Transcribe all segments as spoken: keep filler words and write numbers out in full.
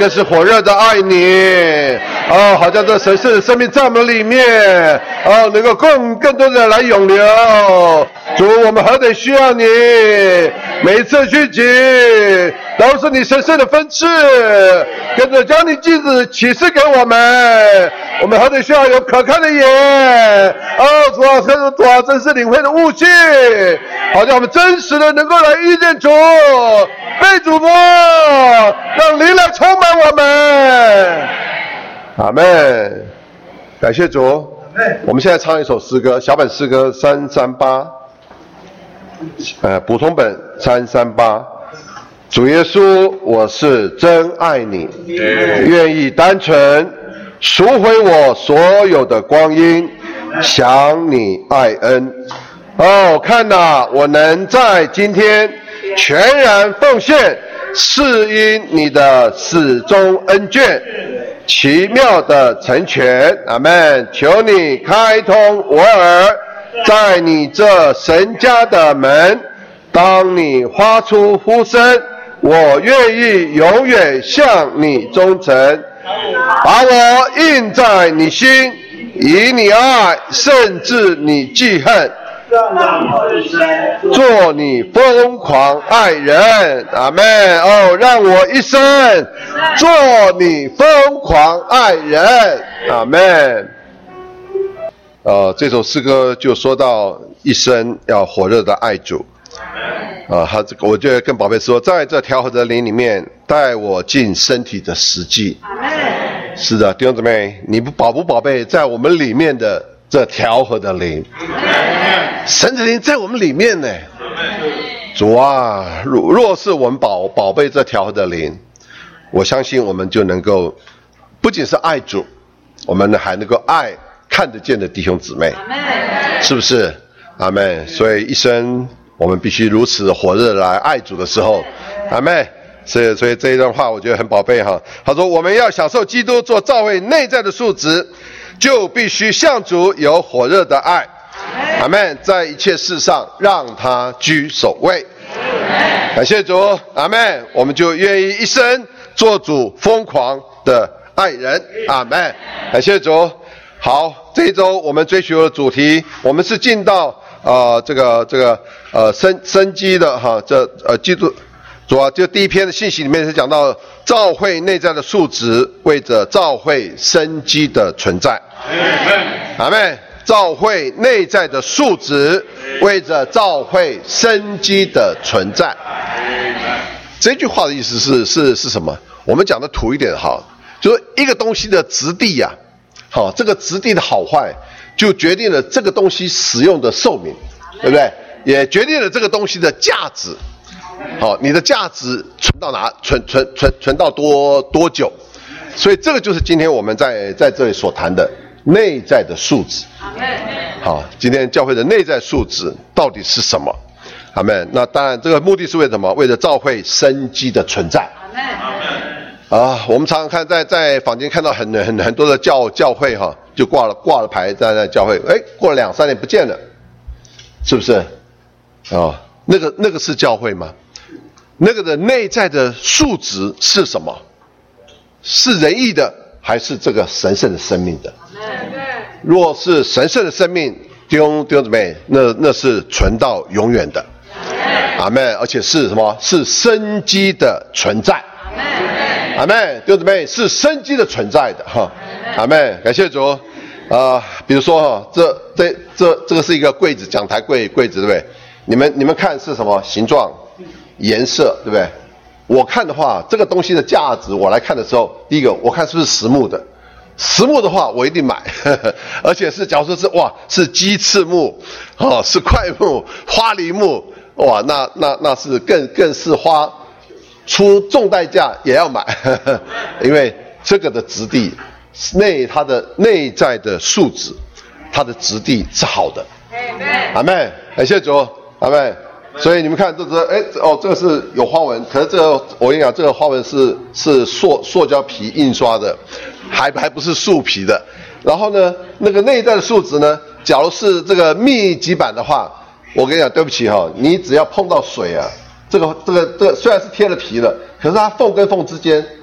更是火热的爱你。哦，好像这神圣的生命在我们里面，哦，能够更更多的来涌流。主，我们何等需要你！每一次聚集都是你神圣的分赐，跟着将你记子启示给我们。我们何等需要有可看的眼，哦，主啊，主啊，真是领会的悟性，好像我们真实的能够来遇见主，被主摸，让灵来充满我们。阿们，感谢主。我们现在唱一首诗歌，小本诗歌三三八，呃，普通本三三八。主耶稣，我是真爱你，愿意单纯赎回我所有的光阴，想你爱恩。哦，看哪，我能在今天全然奉献，是因你的始终恩眷，奇妙的成全。阿们。求你开通我耳，在你这神家的门，当你发出呼声，我愿意永远向你忠诚，把我印在你心，以你爱甚至你记恨，做你疯狂爱人。阿们。哦，让我一生做你疯狂爱人。阿们。呃，这首诗歌就说到一生要火热的爱主。啊，他这个我觉得更宝贝说，在这调和的灵里面，带我进身体的实际。是的，弟兄姊妹，你不宝不宝贝在我们里面的这调和的灵？神的灵在我们里面呢。主啊，若若是我们宝宝贝这调和的灵，我相信我们就能够不仅是爱主，我们还能够爱看得见的弟兄姊妹，是不是？阿们。所以一生我们必须如此火热来爱主的时候，阿们。所以所以这一段话我觉得很宝贝哈。他说，我们要享受基督做教会内在的素质，就必须向主有火热的爱。阿们。在一切事上让他居首位。感谢主。阿们。我们就愿意一生做主疯狂的爱人。阿们。感谢主。好，这一周我们追求的主题，我们是进到呃这个这个呃生生机的哈，这呃基督主啊，就第一篇的信息里面是讲到教会内在的素质，为着教会生机的存在。阿们。教会内在的素质，为着教会生机的存在。这句话的意思是是是什么？我们讲的土一点哈，就是一个东西的质地呀、啊，好，这个质地的好坏，就决定了这个东西使用的寿命，对不对？也决定了这个东西的价值。好，你的价值存到哪？存存存存到多多久？所以这个就是今天我们在在这里所谈的内在的素质。好，今天教会的内在素质到底是什么？阿们。那当然，这个目的是为什么？为了教会生机的存在。啊，我们常常看在在坊间看到很很很多的教教会哈，就挂了挂了牌在那教会，哎，过了两三年不见了，是不是？啊、哦，那个那个是教会吗？那个的内在的素质是什么？是仁义的，还是这个神圣的生命的？若是神圣的生命，弟兄弟兄姊妹，那那是存到永远的。阿们。而且是什么？是生机的存在。阿们。弟兄姊妹，是生机的存在的哈。阿们。感谢主。啊、呃，比如说哈，这这这这个是一个柜子，讲台柜柜子，对不对？你们你们看是什么形状、颜色，对不对？我看的话，这个东西的价值，我来看的时候，第一个我看是不是实木的。实木的话我一定买，呵呵，而且是假如说是哇是鸡翅木，哦是块木、花梨木，哇那那那是更更是花出重代价也要买，呵呵，因为这个的质地内它的内在的素质，它的质地是好的。阿们。感谢主。阿们。所以你们看这个，哎哦这个是有花纹，可是这个我跟你讲，这个花纹是是塑塑胶皮印刷的，还还不是树皮的。然后呢，那个内在的树脂呢，假如是这个密集版的话，我跟你讲，对不起哈、哦，你只要碰到水啊，这个这个这个虽然是贴了皮了，可是它缝跟缝之间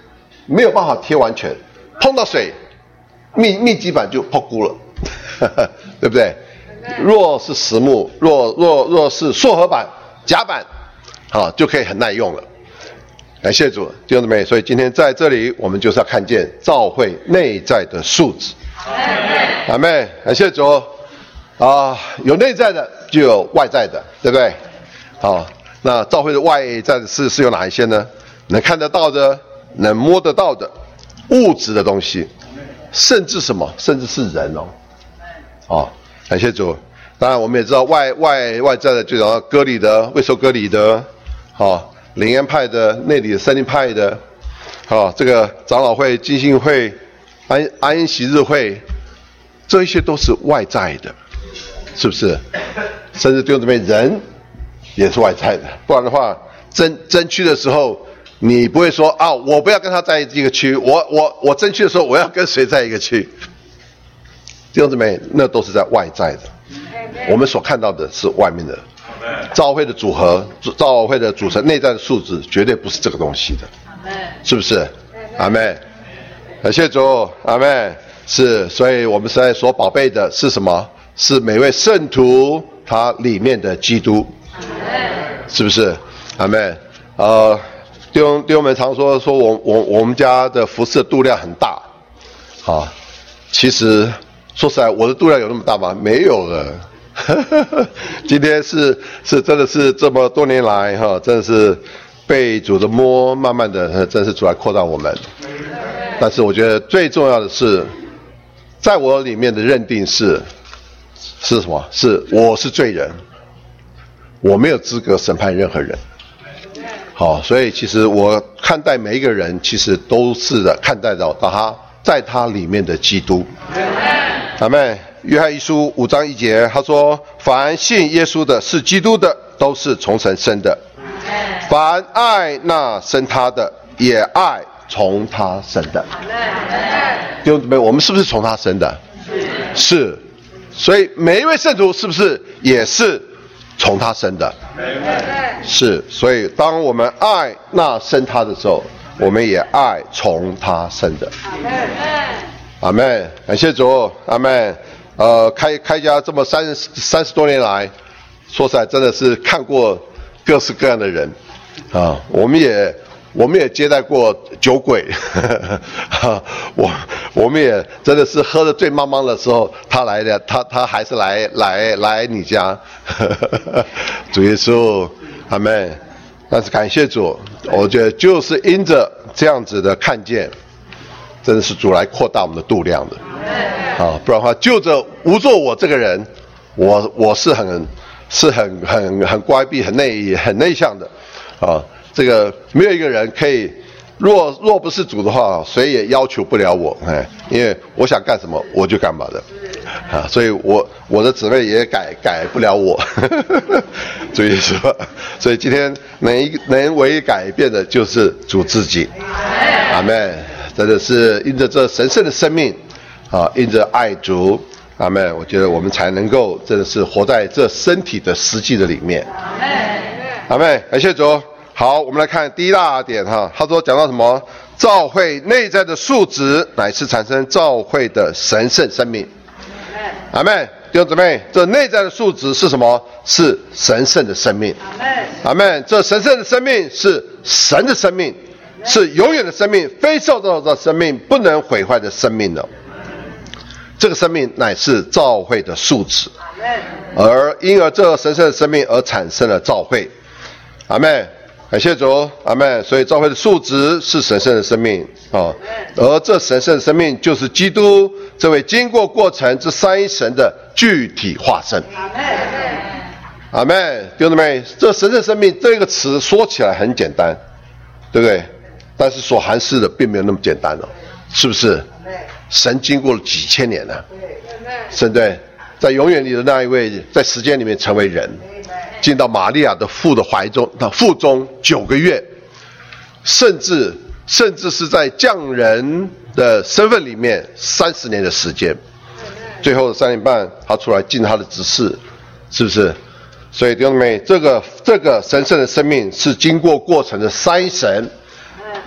没有办法贴完全，碰到水，密密集板就破菇了，对不对？若是实木，若若若是塑合板、夹板，啊，就可以很耐用了。感谢主，弟兄姊妹，所以今天在这里，我们就是要看见教会内在的素质。阿们，感谢主。啊，有内在的就有外在的，对不对？好，那教会的外在的事是有哪一些呢？能看得到的，能摸得到的，物质的东西，甚至什么，甚至是人哦。哦，感谢主。当然，我们也知道外外外在的，就讲割礼的、未受割礼的，哦，灵恩派的、内里的森林派的，哦，这个长老会、浸信会、安安息日会，这一些都是外在的，是不是？甚至弟兄姊妹，人也是外在的，不然的话，争争区的时候，你不会说啊，我不要跟他在一个区，我我我争区的时候，我要跟谁在一个区？弟兄姊妹，那都是在外在的。我们所看到的是外面的，教会的组合，教会的组成，内在的素质绝对不是这个东西的，是不是？阿们，感谢主，阿们。是，所以我们现在所宝贝的是什么？是每位圣徒他里面的基督，是不是？阿们。呃，弟兄弟兄们常说说我我我们家的服事度量很大，啊，其实说实在，我的度量有那么大吗？没有了。今天是是真的是这么多年来哈，真的是被主的摸，慢慢的，真是主来扩大我们。但是我觉得最重要的是，在我里面的认定是是什么？是我是罪人，我没有资格审判任何人。好，所以其实我看待每一个人，其实都是的看待到到他在他里面的基督。阿们。约翰一书五章一节，他说：凡信耶稣的，是基督的，都是从神生的；凡爱那生他的，也爱从他生的。弟兄姊妹，我们是不是从他生的？是。所以每一位圣徒是不是也是从他生的？是。所以当我们爱那生他的时候，我们也爱从他生的。阿们，感谢主，阿们。呃，开开家这么三十三十多年来，说实在真的是看过各式各样的人啊，我们也我们也接待过酒鬼，啊，我我们也真的是喝得醉茫茫的时候，他来的，他他还是来来来你家，主耶稣，阿们。但是感谢主，我觉得就是因着这样子的看见，真的是主来扩大我们的度量的。啊，不然的话，就着无作我这个人，我我是很是很很很乖僻、很内很内向的，啊，这个没有一个人可以，若若不是主的话，谁也要求不了我，哎，因为我想干什么我就干嘛的，啊，所以我我的姊妹也改改不了我，所以说，所以今天能一能唯一改变的就是主自己，阿们，真的是因着这神圣的生命。啊，因着爱主，阿们，我觉得我们才能够真的是活在这身体的实际的里面。阿们，感谢主。好，我们来看第一大点哈，他说讲到什么？教会内在的素质乃是产生教会的神圣生命。阿们，弟兄姊妹，这内在的素质是什么？是神圣的生命。阿们，这神圣的生命是神的生命，是永远的生命，非受造的生命，不能毁坏的生命的。这个生命乃是教会的素质，而因而这神圣的生命而产生了教会。阿们，感谢主，阿们。所以教会的素质是神圣的生命啊，而这神圣的生命就是基督这位经过过程之三一神的具体化身。阿们，弟兄姊妹，这神圣生命这个词说起来很简单，对不对？但是所含释的并没有那么简单哦，是不是？神经过了几千年了，神对，在永远里的那一位，在时间里面成为人，进到玛利亚的父的怀中，到腹中九个月，甚至甚至是在匠人的身份里面三十年的时间，最后三年半他出来尽他的职事，是不是？所以弟兄们，这个这个神圣的生命是经过过程的三一神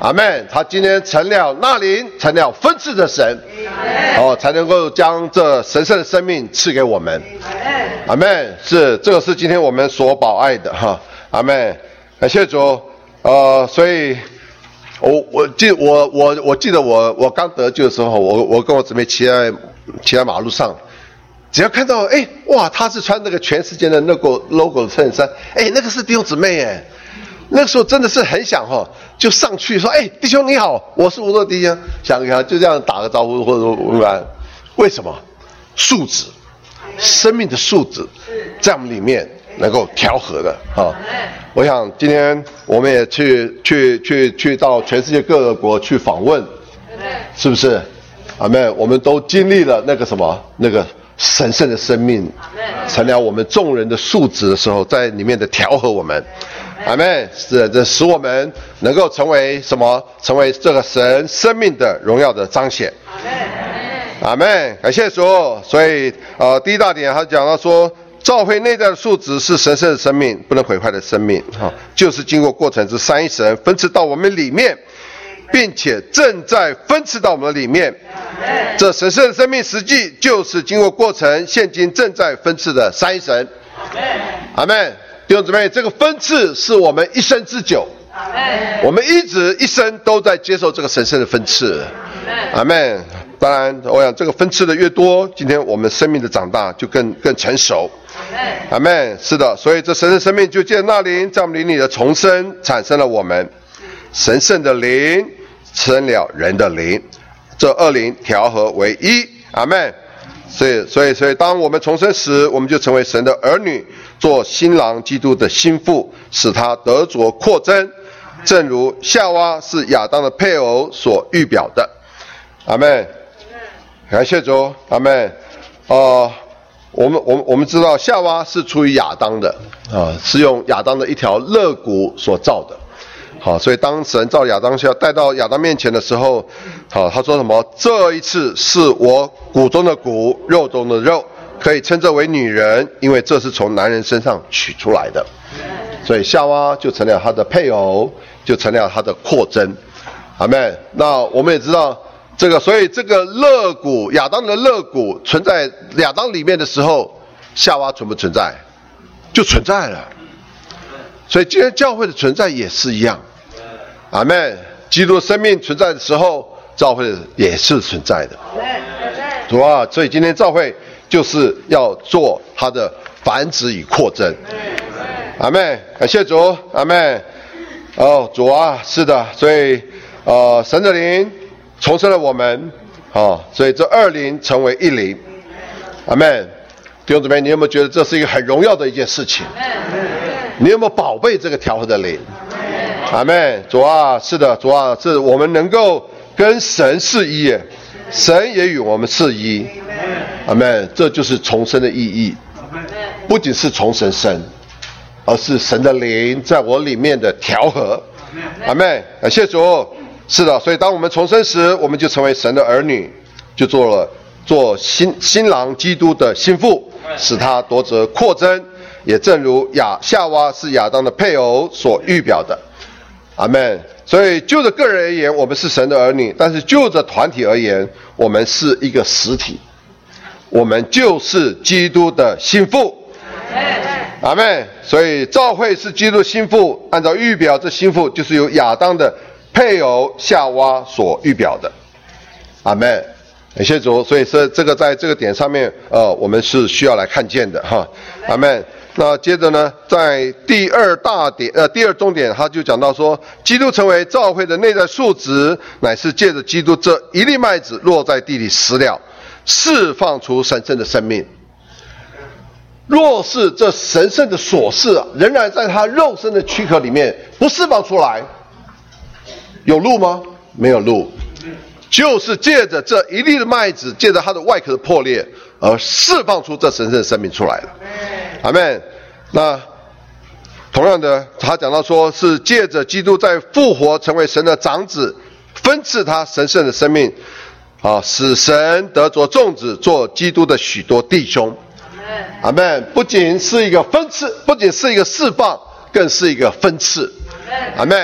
阿们。他今天成了那灵，成了分赐的神，哦，才能够将这神圣的生命赐给我们。阿们。是这个是今天我们所保爱的哈。阿们。感谢主。呃，所以。我我记我我我记得我我刚得救的时候，我我跟我姊妹骑在骑在马路上，只要看到哎哇，他是穿那个全世界的那个 logo 的衬衫，哎那个是弟兄姊妹哎，那个时候真的是很想哈，就上去说哎弟兄你好，我是吴若弟兄，想想就这样打个招呼或者说为什么素质，生命的素质在我们里面能够调和的啊。我想今天我们也去去去去到全世界各个国去访问，是不是？阿们，我们都经历了那个什么那个神圣的生命，成了我们众人的素质的时候，在里面的调和我们。阿们，是这使我们能够成为什么？成为这个神生命的荣耀的彰显。阿们，感谢主。所以呃，第一大点他讲到说。教会内在的素质是神圣的生命，不能毁坏的生命，哈，就是经过过程之三一神分赐到我们里面，并且正在分赐到我们里面。这神圣的生命实际就是经过过程，现今正在分赐的三一神。阿们，弟兄姊妹，这个分赐是我们一生之久，我们一直一生都在接受这个神圣的分赐。阿们。当然，我想这个分赐的越多，今天我们生命的长大就更更成熟。阿们。是的，所以这神圣生命就借那灵在我们灵里的重生，产生了我们神圣的灵，成了人的灵，这二灵调和为一。阿们。所以，所以，所以，当我们重生时，我们就成为神的儿女，做新郎基督的心腹，使他得着扩增，正如夏娃是亚当的配偶所预表的。阿们。感谢主。阿们。呃，我们我们我们知道夏娃是出于亚当的啊、呃，是用亚当的一条肋骨所造的。好，所以当神造亚当要带到亚当面前的时候，好，他说什么？这一次是我骨中的骨，肉中的肉，可以称这为女人，因为这是从男人身上取出来的。所以夏娃就成了他的配偶，就成了他的扩增。阿们。那我们也知道。这个，所以这个肋骨，亚当的肋骨存在亚当里面的时候，夏娃存不存在？就存在了。所以今天教会的存在也是一样。阿们。基督生命存在的时候，教会也是存在的。主啊，所以今天教会就是要做它的繁殖与扩增。阿们。感谢主。阿们。哦，主啊，是的，所以呃，神的灵。重生了我们，哦，所以这二灵成为一灵。阿们。弟兄姊妹，你有没有觉得这是一个很荣耀的一件事情？你有没有宝贝这个调和的灵？阿们。主啊，是的，主啊，是我们能够跟神是一耶，神也与我们是一。阿们。这就是重生的意义，不仅是从神生，而是神的灵在我里面的调和。阿们。感谢主。是的，所以当我们重生时，我们就成为神的儿女，就做了做新新郎基督的心腹，使他夺得扩增，也正如亚夏娃是亚当的配偶所预表的。阿们。所以就着个人而言，我们是神的儿女；但是就着团体而言，我们是一个实体，我们就是基督的心腹。阿们。所以教会是基督的心腹，按照预表，这心腹就是由亚当的配偶夏娃所预表的。阿们。感谢主。所以说这个在这个点上面呃我们是需要来看见的哈。阿们。那接着呢，在第二大点呃第二重点，他就讲到说，基督成为教会的内在素质，乃是借着基督这一粒麦子落在地里死了，释放出神圣的生命。若是这神圣的所事啊，仍然在他肉身的躯壳里面不释放出来，有路吗？没有路。就是借着这一粒的麦子，借着它的外壳的破裂，而释放出这神圣的生命出来了。阿们。那同样的，他讲到说，是借着基督在复活成为神的长子，分赐他神圣的生命，啊，使神得着众子，做基督的许多弟兄。阿们。不仅是一个分赐，不仅是一个释放，更是一个分赐。阿们。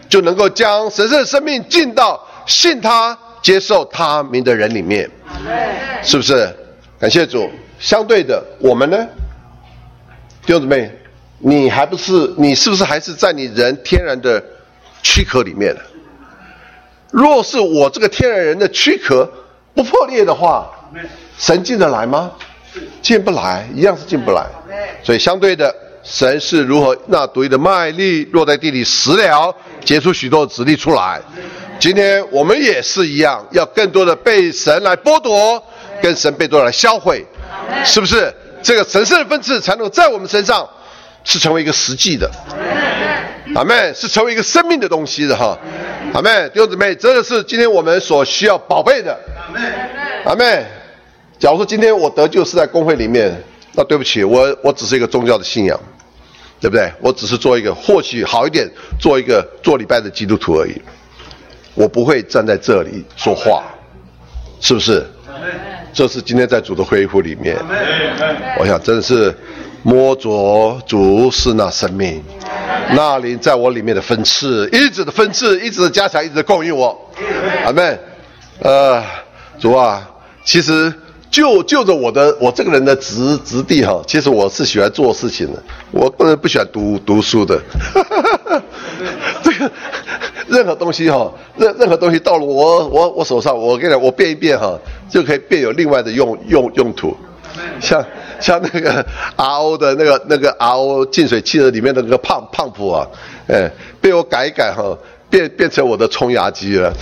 就能够将神圣的生命进到信他、接受他名的人里面，是不是？感谢主。相对的，我们呢，弟兄姊妹，你还不是，你是不是还是在你人天然的躯壳里面呢？若是我这个天然人的躯壳不破裂的话，神进得来吗？进不来，一样是进不来。所以相对的，神是如何那独一的麦粒落在地里死了，结出许多的子粒出来。今天我们也是一样，要更多的被神来剥夺，跟神被夺来销毁，是不是？这个神圣的分赐才能够在我们身上是成为一个实际的，阿们，是成为一个生命的东西的哈，阿们，弟兄姊妹，真的是今天我们所需要宝贝的，阿们。假如说今天我得救是在公会里面，那对不起，我我只是一个宗教的信仰，对不对？我只是做一个，或许好一点，做一个做礼拜的基督徒而已。我不会站在这里说话，是不是？这是今天在主的恢复里面，我想真的是摸着主是那生命，那灵在我里面的分赐，一直的分赐，一直的加强，一直的供应我。阿们。呃，主啊，其实就就着我的我这个人的质质地哈，其实我是喜欢做事情的，我个人不喜欢读读书的。这个任何东西哈，任任何东西到了我我我手上，我跟你讲，我变一变哈，就可以变有另外的用用用途。像像那个 R O 的那个那个 R O 净水器的里面的那个胖胖普啊，哎，被我改一改哈，变变成我的冲牙机了。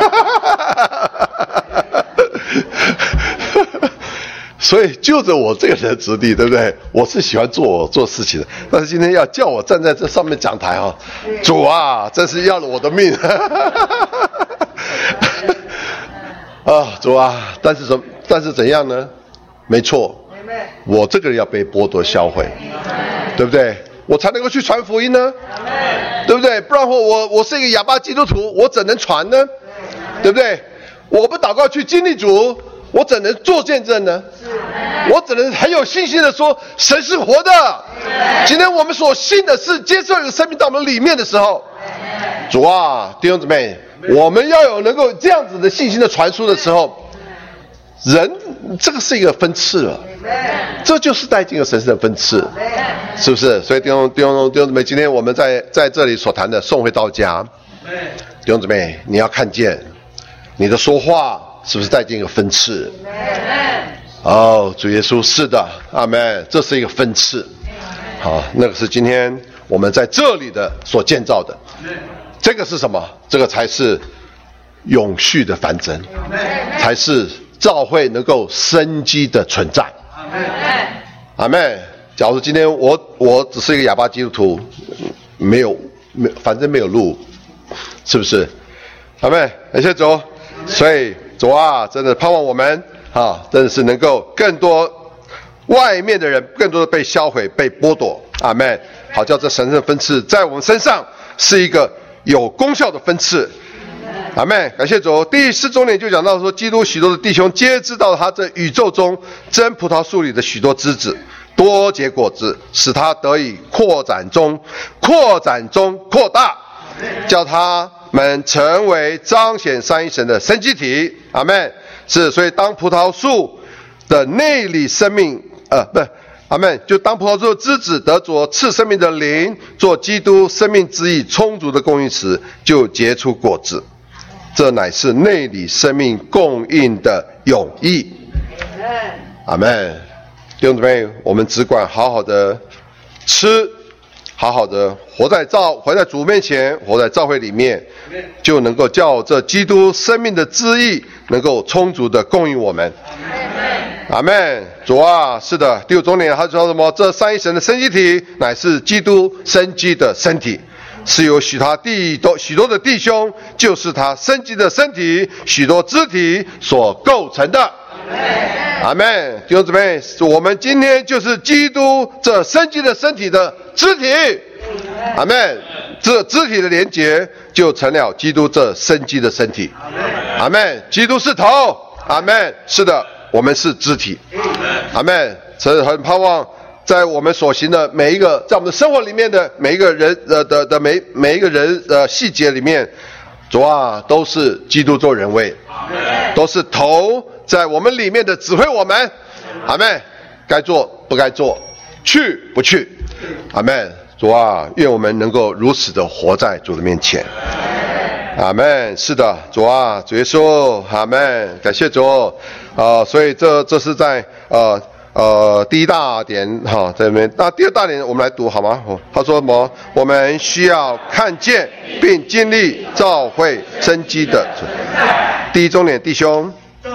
所以就着我这个人的质地，对不对？我是喜欢做做事情的，但是今天要叫我站在这上面讲台啊，主啊，真是要了我的命。啊，主啊，但是怎但是怎样呢？没错，我这个人要被剥夺销毁，对不对？我才能够去传福音呢，对不对？不然我我我是一个哑巴基督徒，我怎能传呢？对不对？我不祷告去经历主，我怎能做见证呢？我只能很有信心的说，神是活的。今天我们所信的是接受一个生命到我们里面的时候，主啊，弟兄姊妹，我们要有能够这样子的信心的传输的时候，人这个是一个分赐了，这就是带进了神圣的分赐，是不是？所以弟兄弟兄弟兄姊妹，今天我们在在这里所谈的送回到家，弟兄姊妹，你要看见你的说话是不是带进一个分赐？哦，主耶稣，是的，阿们，这是一个分赐。好，那个是今天我们在这里的所建造的，这个是什么？这个才是永续的繁增，才是教会能够生机的存在。阿们。假如今天我我只是一个哑巴基督徒，没有没反正没有路，是不是？阿们，感谢主。所以主啊，真的盼望我们啊，真的是能够更多外面的人更多的被销毁、被剥夺。阿们。好，叫这神圣分赐在我们身上是一个有功效的分赐。阿们，感谢主。第四重点就讲到说，基督许多的弟兄皆知道他这宇宙中真葡萄树里的许多枝子多结果子，使他得以扩展中扩展中扩大，叫他们成为彰显三一神的生机体。阿们。是，所以当葡萄树的内里生命，呃，不，阿们，就当葡萄树的枝子得着赐生命的灵，做基督生命之意充足的供应时，就结出果子。这乃是内里生命供应的永义。阿们。弟兄姊妹，我们只管好好的吃，好好的活在教活在主面前，活在教会里面，就能够叫这基督生命的旨意能够充足的供应我们。阿们。主啊，是的。第五重点他说什么？这三一神的生机体乃是基督生机的身体，是由许他弟多许多的弟兄，就是他生机的身体，许多肢体所构成的。阿们。弟兄姊妹，我们今天就是基督这生机的身体的肢体。阿们。这肢体的连结就成了基督这生机的身体。阿们。基督是头。阿们。是的，我们是肢体。阿们。所以很盼望在我们所行的每一个，在我们的生活里面的每一个人呃的的每每一个人呃细节里面，主啊，都是基督做人位，都是头在我们里面的指挥我们，阿们，该做不该做，去不去，阿们，主啊，愿我们能够如此的活在主的面前。阿们，是的，主啊，主耶稣，阿们，感谢主，啊、呃，所以这这是在呃呃第一大点哈，在这边。那第二大点我们来读好吗？哦、他说什么？我们需要看见并经历召会生机的第一重点，弟兄，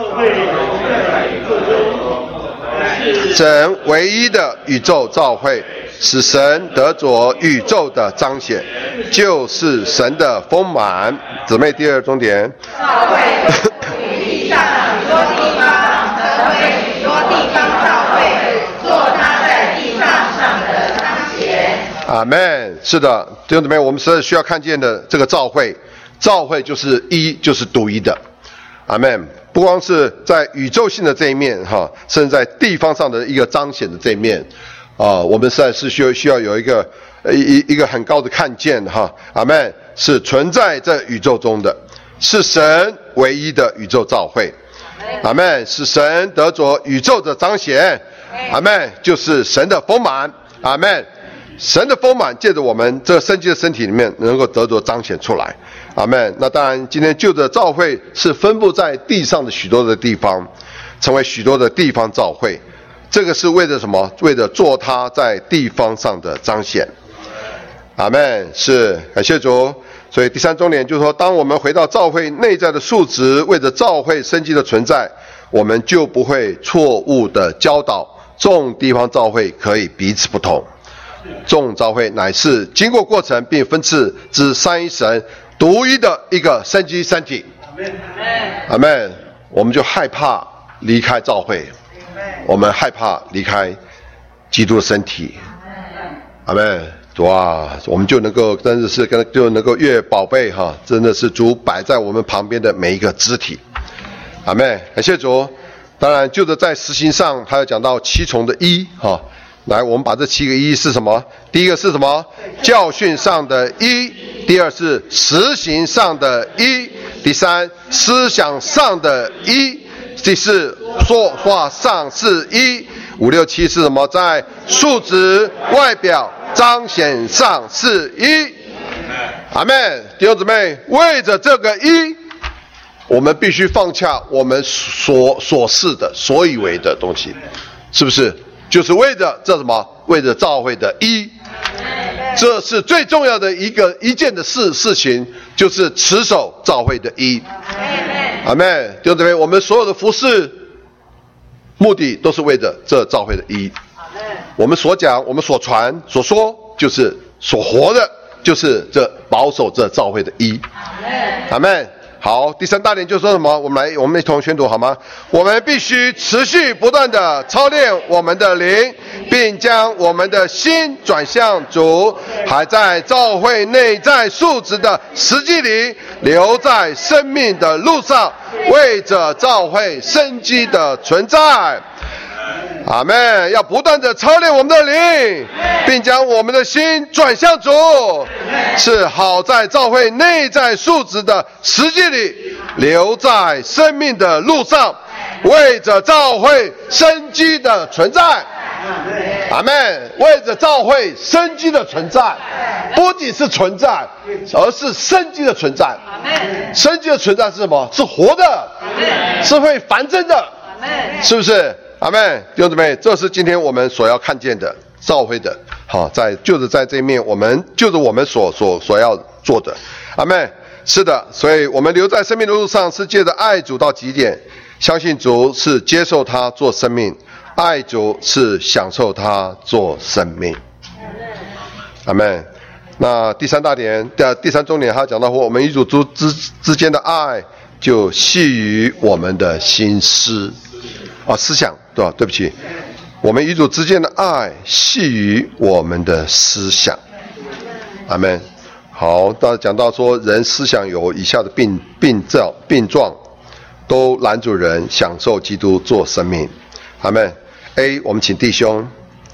神唯一的宇宙召会。使神得着宇宙的彰显，就是神的丰满。姊妹，第二重点， 召会与地上许多地方，神为许多地方召会，做他在地上上的彰显。 阿们。是的，弟兄姊妹，我们是需要看见的这个召会，召会就是一，就是独一的。阿们。不光是在宇宙性的这一面哈，甚至在地方上的一个彰显的这一面。啊、呃，我们实在是需要需要有一个一一个很高的看见哈，阿们，是存在这宇宙中的，是神唯一的宇宙召会，阿们，是神得着宇宙的彰显，阿们，就是神的丰满，阿们，神的丰满借着我们这生机的身体里面能够得着彰显出来，阿们。那当然，今天旧的召会是分布在地上的许多的地方，成为许多的地方召会。这个是为了什么？为了做他在地方上的彰显。阿们，是感谢主。所以第三重点就是说，当我们回到召会内在的素质，为着召会生机的存在，我们就不会错误的教导众地方召会可以彼此不同。众召会乃是经过过程并分次之三一神独一的一个生机身体。阿们，我们就害怕离开召会。我们害怕离开基督的身体，阿们，主啊，我们就能够真的是跟就能够越宝贝哈，真的是主摆在我们旁边的每一个肢体，阿们，感谢主。当然，就着在实行上，还有讲到七重的一哈，来，我们把这七个一是什么？第一个是什么？教训上的一；第二是实行上的一；第三，思想上的一。第四，说话上是一，五六七是什么？在素质、外表彰显上是一。阿们，弟兄姊妹，为着这个一，我们必须放下我们所所视的、所以为的东西，是不是？就是为着这什么？为着召会的一，这是最重要的一个一件的事事情，就是持守召会的一。阿们，弟兄姊妹，我们所有的服事目的都是为着这召会的一。我们所讲、我们所传、所说，就是所活的，就是这保守这召会的一。阿们。好，第三大点就是说什么？我们来，我们一同宣读好吗？我们必须持续不断的操练我们的灵，并将我们的心转向主，还在召会内在素质的实际里，留在生命的路上，为着召会生机的存在。阿们，要不断的操练我们的灵，并将我们的心转向主，是好在召会内在素质的实际里，留在生命的路上，为着召会生机的存在。阿们，为着召会生机的存在，不仅是存在，而是生机的存在。生机的存在是什么？是活的，是会繁增的，是不是？阿们，弟兄姊妹，这是今天我们所要看见的召会的，好，在就是在这一面，我们就是我们所所所要做的。阿们，是的，所以我们留在生命的路上，是借着爱主到极点，相信主是接受他做生命，爱主是享受他做生命。阿们。那第三大点，第第三重点，他讲到说，我们与主之之间的爱，就系于我们的心思。啊，思想对吧？对不起，我们与主之间的爱系于我们的思想。阿们。好，到讲到说，人思想有以下的病病症病状，都拦阻人享受基督做生命。阿们。A， 我们请弟兄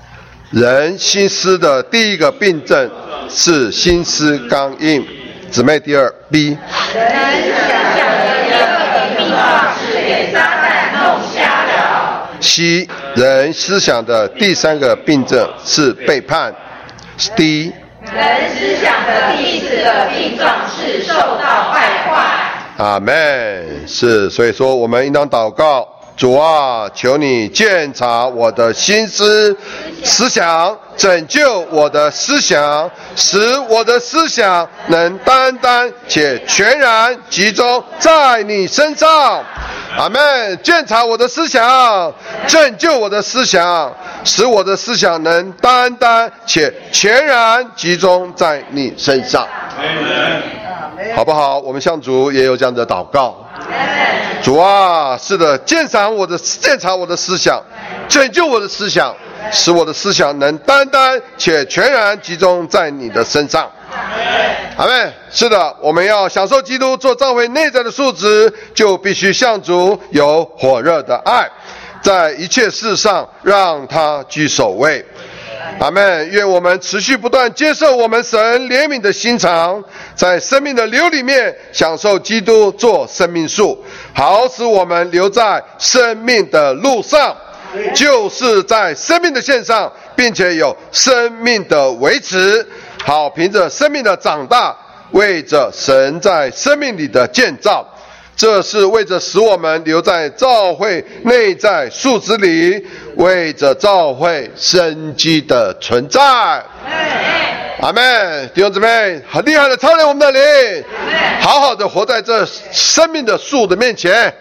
人心思的第一个病症是心思刚硬。姊妹第二 B。 人想象的第二个病状是被撒旦弄瞎了。 C。人思想的第三个病症是背叛。D。 人思想的第四个病状是受到败坏。 阿们。是，所以说我们应当祷告，主啊，求你鉴察我的心思思想，拯救我的思想，使我的思想能单单且全然集中在你身上。阿们。鉴察我的思想，拯救我的思想，使我的思想能单单且全然集中在你身上。好不好？我们向主也有这样的祷告。主啊，是的，鉴察我的鉴察我的思想，拯救我的思想，使我的思想能单单且全然集中在你的身上。阿们。是的，我们要享受基督做教会内在的素质，就必须向主有火热的爱，在一切事上让他居首位。阿们。愿我们持续不断接受我们神怜悯的心肠，在生命的流里面享受基督做生命树，好使我们留在生命的路上，就是在生命的线上，并且有生命的维持，好凭着生命的长大，为着神在生命里的建造。这是为着使我们留在教会内在素质里，为着教会生机的存在。阿们。弟兄姊妹，很厉害的操练我们的灵，好好的活在这生命的树的面前。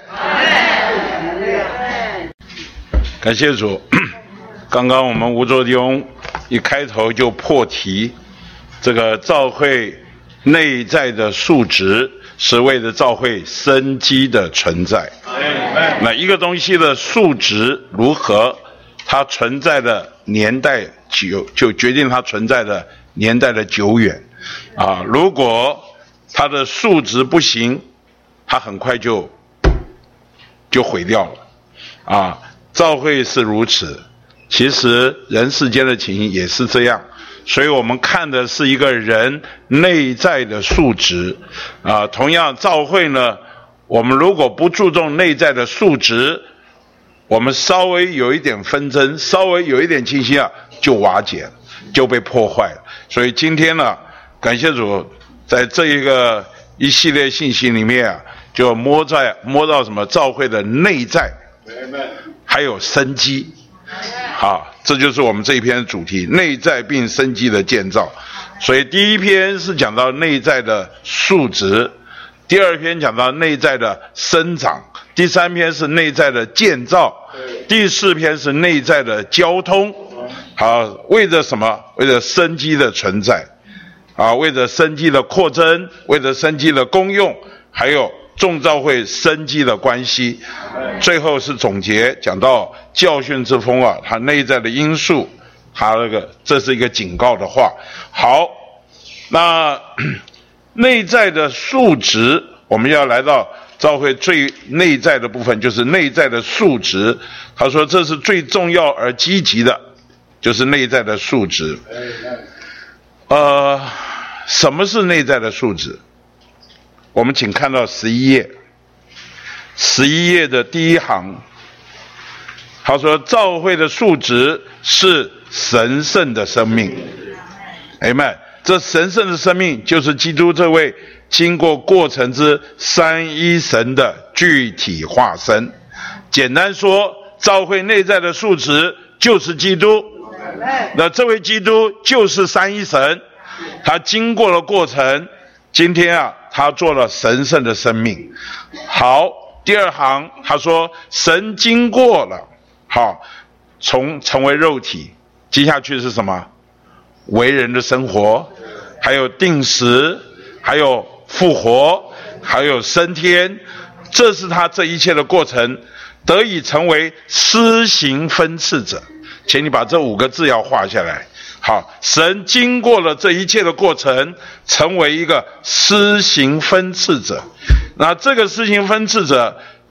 感谢主。刚刚我们吴卓弟兄一开头就破题，这个教会内在的素质是为了教会生机的存在。那一个东西的素质如何，它存在的年代久，就决定它存在的年代的久远啊。如果它的素质不行，它很快就就毁掉了啊。教会是如此，其实人世间的情形也是这样。所以我们看的是一个人内在的素质啊。同样教会呢，我们如果不注重内在的素质，我们稍微有一点纷争，稍微有一点倾斜啊，就瓦解了，就被破坏了。所以今天呢，感谢主，在这一个一系列信息里面啊，就摸在摸到什么教会的内在，还有生机。好，这就是我们这一篇的主题，内在并生机的建造。所以第一篇是讲到内在的素质，第二篇讲到内在的生长，第三篇是内在的建造，第四篇是内在的交通。好，为着什么？为着生机的存在啊，为着生机的扩增，为着生机的功用，还有众教会生机的关系。最后是总结，讲到教训之风啊，它内在的因素，它那个这是一个警告的话。好，那内在的素质，我们要来到教会最内在的部分，就是内在的素质。他说这是最重要而积极的，就是内在的素质。呃，什么是内在的素质？我们请看到十一页，十一页的第一行，他说教会的素质是神圣的生命。Amen。这神圣的生命就是基督这位经过过程之三一神的具体化身。简单说，教会内在的素质就是基督。那这位基督就是三一神，他经过了过程，今天啊，他做了神圣的生命。好，第二行他说神经过了，好，从成为肉体，接下去是什么？为人的生活，还有定时，还有复活，还有升天，这是他这一切的过程，得以成为施行分赐者。请你把这五个字要画下来。好，神经过了这一切的过程，成为一个施行分赐者。那这个施行分赐者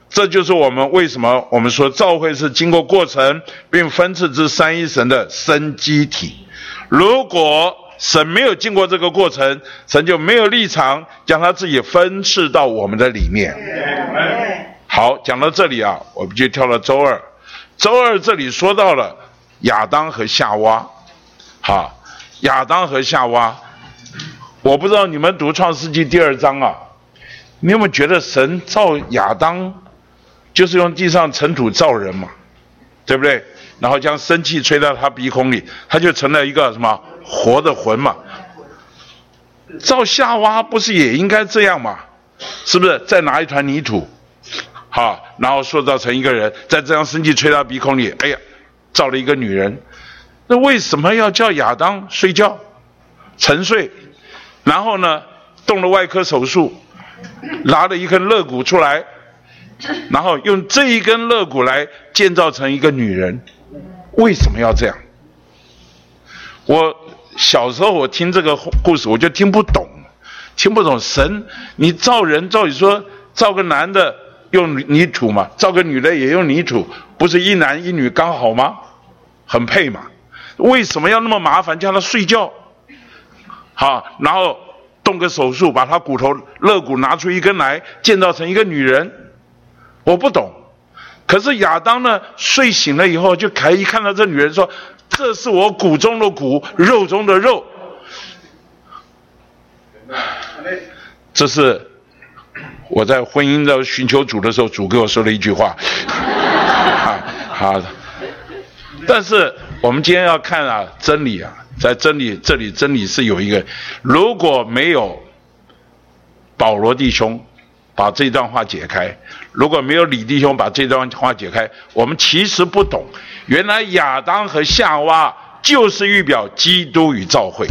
这就是我们为什么我们说召会是经过过程并分赐之三一神的生机体。如果神没有经过这个过程，神就没有立场将他自己分赐到我们的里面。好，讲到这里啊，我们就跳到周二。周二这里说到了亚当和夏娃。好，亚当和夏娃，我不知道你们读创世纪第二章啊，你有没有觉得神造亚当就是用地上尘土造人嘛，对不对？然后将生气吹到他鼻孔里，他就成了一个什么活的魂嘛。造夏娃不是也应该这样吗？是不是再拿一团泥土，好，然后塑造成一个人，再这样生气吹到鼻孔里，哎呀，造了一个女人。那为什么要叫亚当睡觉沉睡，然后呢动了外科手术，拿了一根肋骨出来，然后用这一根肋骨来建造成一个女人？为什么要这样？我小时候我听这个故事我就听不懂，听不懂神，你造人照理说造个男的用泥土嘛，造个女的也用泥土，不是一男一女刚好吗？很配嘛。为什么要那么麻烦叫他睡觉？好，然后动个手术把他骨头肋骨拿出一根来建造成一个女人？我不懂。可是亚当呢，睡醒了以后就可以看到这女人说，这是我骨中的骨，肉中的肉。这是我在婚姻的寻求主的时候，主给我说了一句话。好好的，但是我们今天要看啊，真理啊，在真理这里，真理是有一个，如果没有保罗弟兄把这段话解开，如果没有李弟兄把这段话解开，我们其实不懂，原来亚当和夏娃就是预表基督与教会。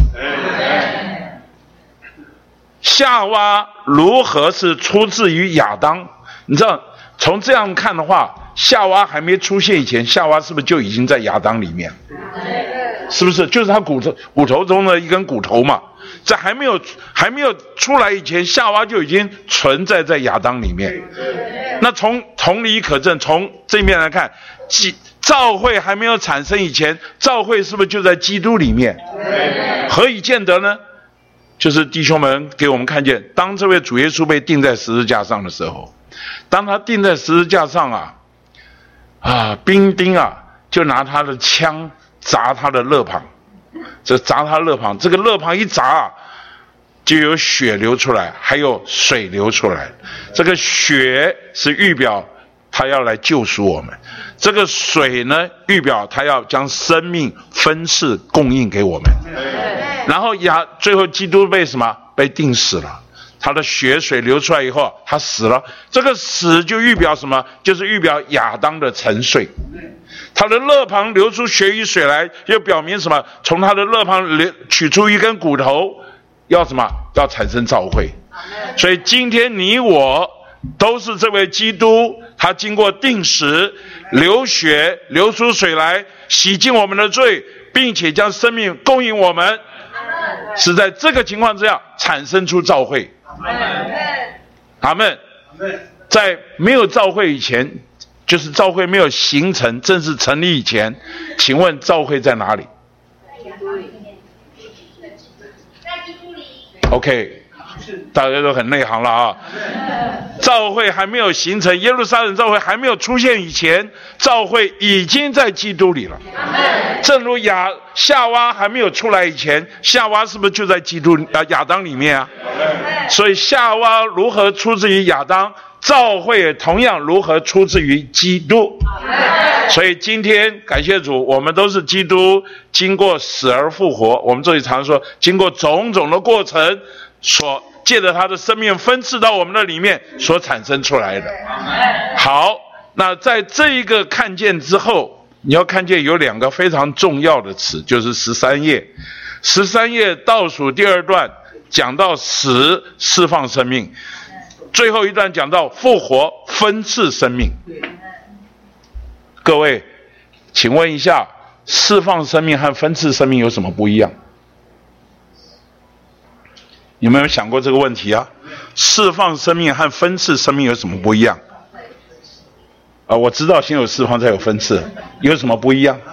夏娃如何是出自于亚当？你知道，从这样看的话，夏娃还没出现以前，夏娃是不是就已经在亚当里面？是不是？就是他骨头骨头中的一根骨头嘛，在还没有还没有出来以前，夏娃就已经存在在亚当里面。那从同理可证，从这面来看，基教会还没有产生以前，教会是不是就在基督里面？何以见得呢？就是弟兄们给我们看见，当这位主耶稣被钉在十字架上的时候，当他钉在十字架上啊，啊，兵丁啊就拿他的枪砸他的肋旁，这砸他肋旁，这个肋旁一砸啊，就有血流出来，还有水流出来。这个血是预表他要来救赎我们，这个水呢，预表他要将生命分赐供应给我们。然后亚最后基督被什么？被钉死了。他的血水流出来以后，他死了。这个死就预表什么？就是预表亚当的沉睡。他的肋旁流出血与水来，就表明什么？从他的肋旁流取出一根骨头，要什么？要产生召会。所以今天你我都是这位基督，他经过钉死、流血、流出水来，洗净我们的罪，并且将生命供应我们。是在这个情况之下产生出召会。阿们。在没有召会以前，就是召会没有形成正式成立以前，请问召会在哪里？ OK， 大家都很内行了啊。召会还没有形成，耶路撒冷召会还没有出现以前，召会已经在基督里了。正如亚夏娃还没有出来以前，夏娃是不是就在基督啊亚当里面啊？所以夏娃如何出自于亚当，召会也同样如何出自于基督。所以今天感谢主，我们都是基督经过死而复活，我们这里常说经过种种的过程，所借着他的生命分赐到我们的里面所产生出来的。好，那在这一个看见之后，你要看见有两个非常重要的词，就是十三页十三页倒数第二段讲到死释放生命，最后一段讲到复活分赐生命。各位请问一下，释放生命和分赐生命有什么不一样？有没有想过这个问题啊？释放生命和分赐生命有什么不一样？ 啊，我知道先有释放再有分赐，有什么不一样？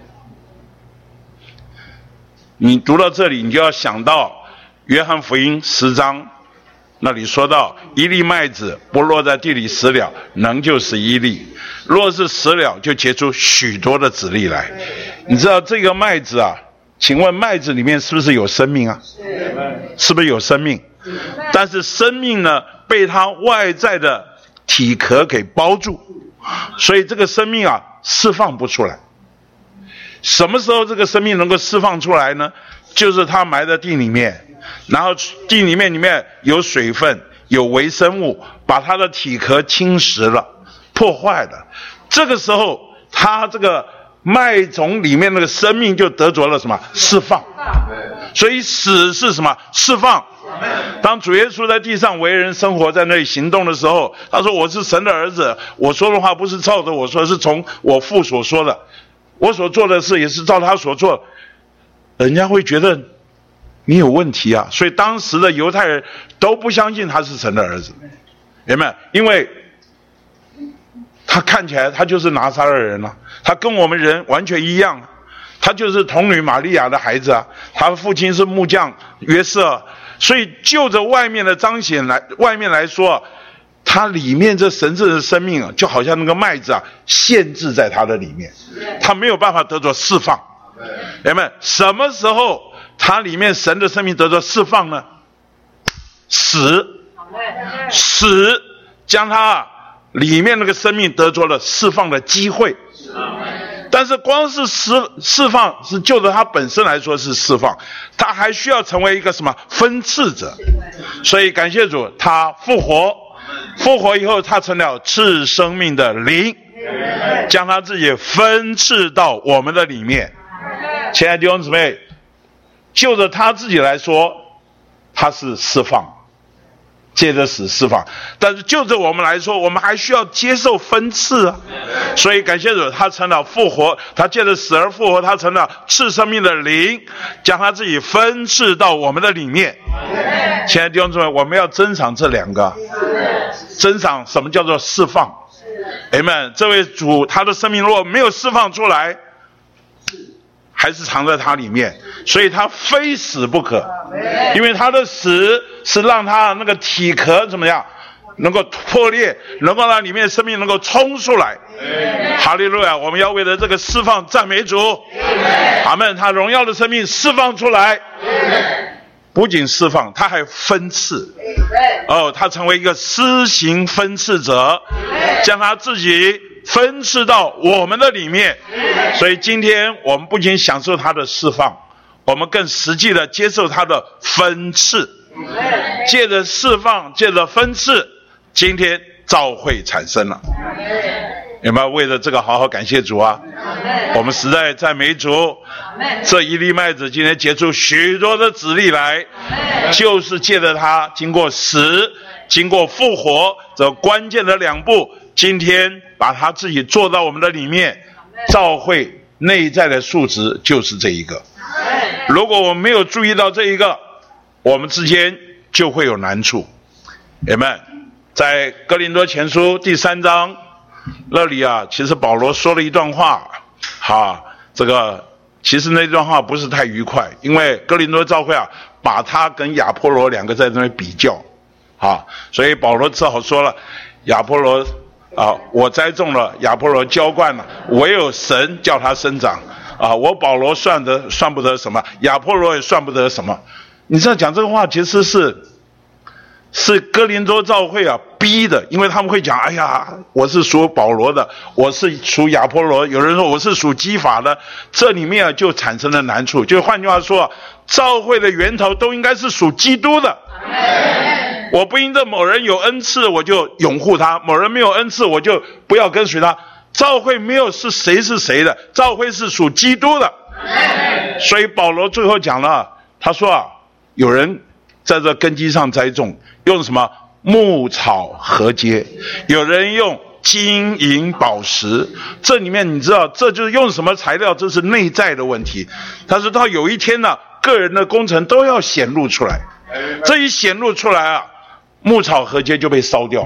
你读到这里，你就要想到约翰福音十章那里说到，一粒麦子不落在地里死了，能就是一粒；若是死了，就结出许多的子粒来。你知道这个麦子啊？请问麦子里面是不是有生命啊？是不是有生命？但是生命呢，被它外在的体壳给包住，所以这个生命啊，释放不出来。什么时候这个生命能够释放出来呢？就是它埋在地里面，然后地里面里面有水分，有微生物，把它的体壳侵蚀了，破坏了。这个时候，它这个麦种里面那个生命就得着了什么？释放。所以死是什么？释放。当主耶稣在地上为人生活，在那里行动的时候，他说：“我是神的儿子，我说的话不是照着我说，是从我父所说的。我所做的事也是照他所做。”人家会觉得你有问题啊，所以当时的犹太人都不相信他是神的儿子，有没有？因为他看起来他就是拿撒勒人啊，他跟我们人完全一样，他就是童女玛利亚的孩子啊，他的父亲是木匠约瑟，所以就着外面的彰显来，外面来说，他里面这神圣的生命啊，就好像那个麦子啊，限制在他的里面，他没有办法得着释放。有没有？什么时候他里面神的生命得着释放呢？死，死将他里面那个生命得着了释放的机会。但是光是释释放是就着他本身来说是释放，他还需要成为一个什么分赐者。所以感谢主，他复活，复活以后他成了赐生命的灵，将他自己分赐到我们的里面。亲爱的弟兄姊妹，就着他自己来说，他是释放，借着死释放，但是就着我们来说，我们还需要接受分赐啊。所以感谢主，他成了复活，他借着死而复活，他成了赐生命的灵，将他自己分赐到我们的里面。亲爱的弟兄姊妹，我们要珍赏这两个，珍赏什么叫做释放。Amen。这位主他的生命如果没有释放出来，还是藏在他里面，所以他非死不可，因为他的死是让他那个体壳怎么样能够破裂，能够让里面生命能够冲出来。哈利路亚！我们要为了这个释放赞美主，阿们。他荣耀的生命释放出来，不仅释放，他还分赐。哦，他成为一个施行分赐者，将他自己分赐到我们的里面。所以今天我们不仅享受他的释放，我们更实际的接受他的分赐。借着释放，借着分赐，今天召会产生了。有没有为了这个好好感谢主啊？我们实在赞美主，这一粒麦子今天结出许多的子粒来，就是借着它经过死，经过复活这关键的两步，今天把它自己做到我们的里面。召会内在的素质就是这一个，如果我们没有注意到这一个，我们之间就会有难处。Amen。在哥林多前书第三章那里啊，其实保罗说了一段话，哈，这个其实那段话不是太愉快，因为哥林多教会啊，把他跟亚波罗两个在那边比较，啊，所以保罗只好说了，亚波罗啊，我栽种了，亚波罗浇灌了，唯有神叫他生长啊，我保罗算得算不得什么，亚波罗也算不得什么。你知道讲这个话其实是是哥林多教会啊逼的，因为他们会讲，哎呀，我是属保罗的，我是属亚波罗，有人说我是属基法的，这里面啊就产生了难处。就换句话说，教会的源头都应该是属基督的。我不因着某人有恩赐我就拥护他，某人没有恩赐我就不要跟随他。教会没有是谁是谁的，教会是属基督的。所以保罗最后讲了，他说啊，有人在这根基上栽种，用什么牧草禾秸，有人用金银宝石。这里面你知道这就是用什么材料，这是内在的问题。但是到有一天呢，个人的工程都要显露出来，这一显露出来啊，牧草禾秸就被烧掉，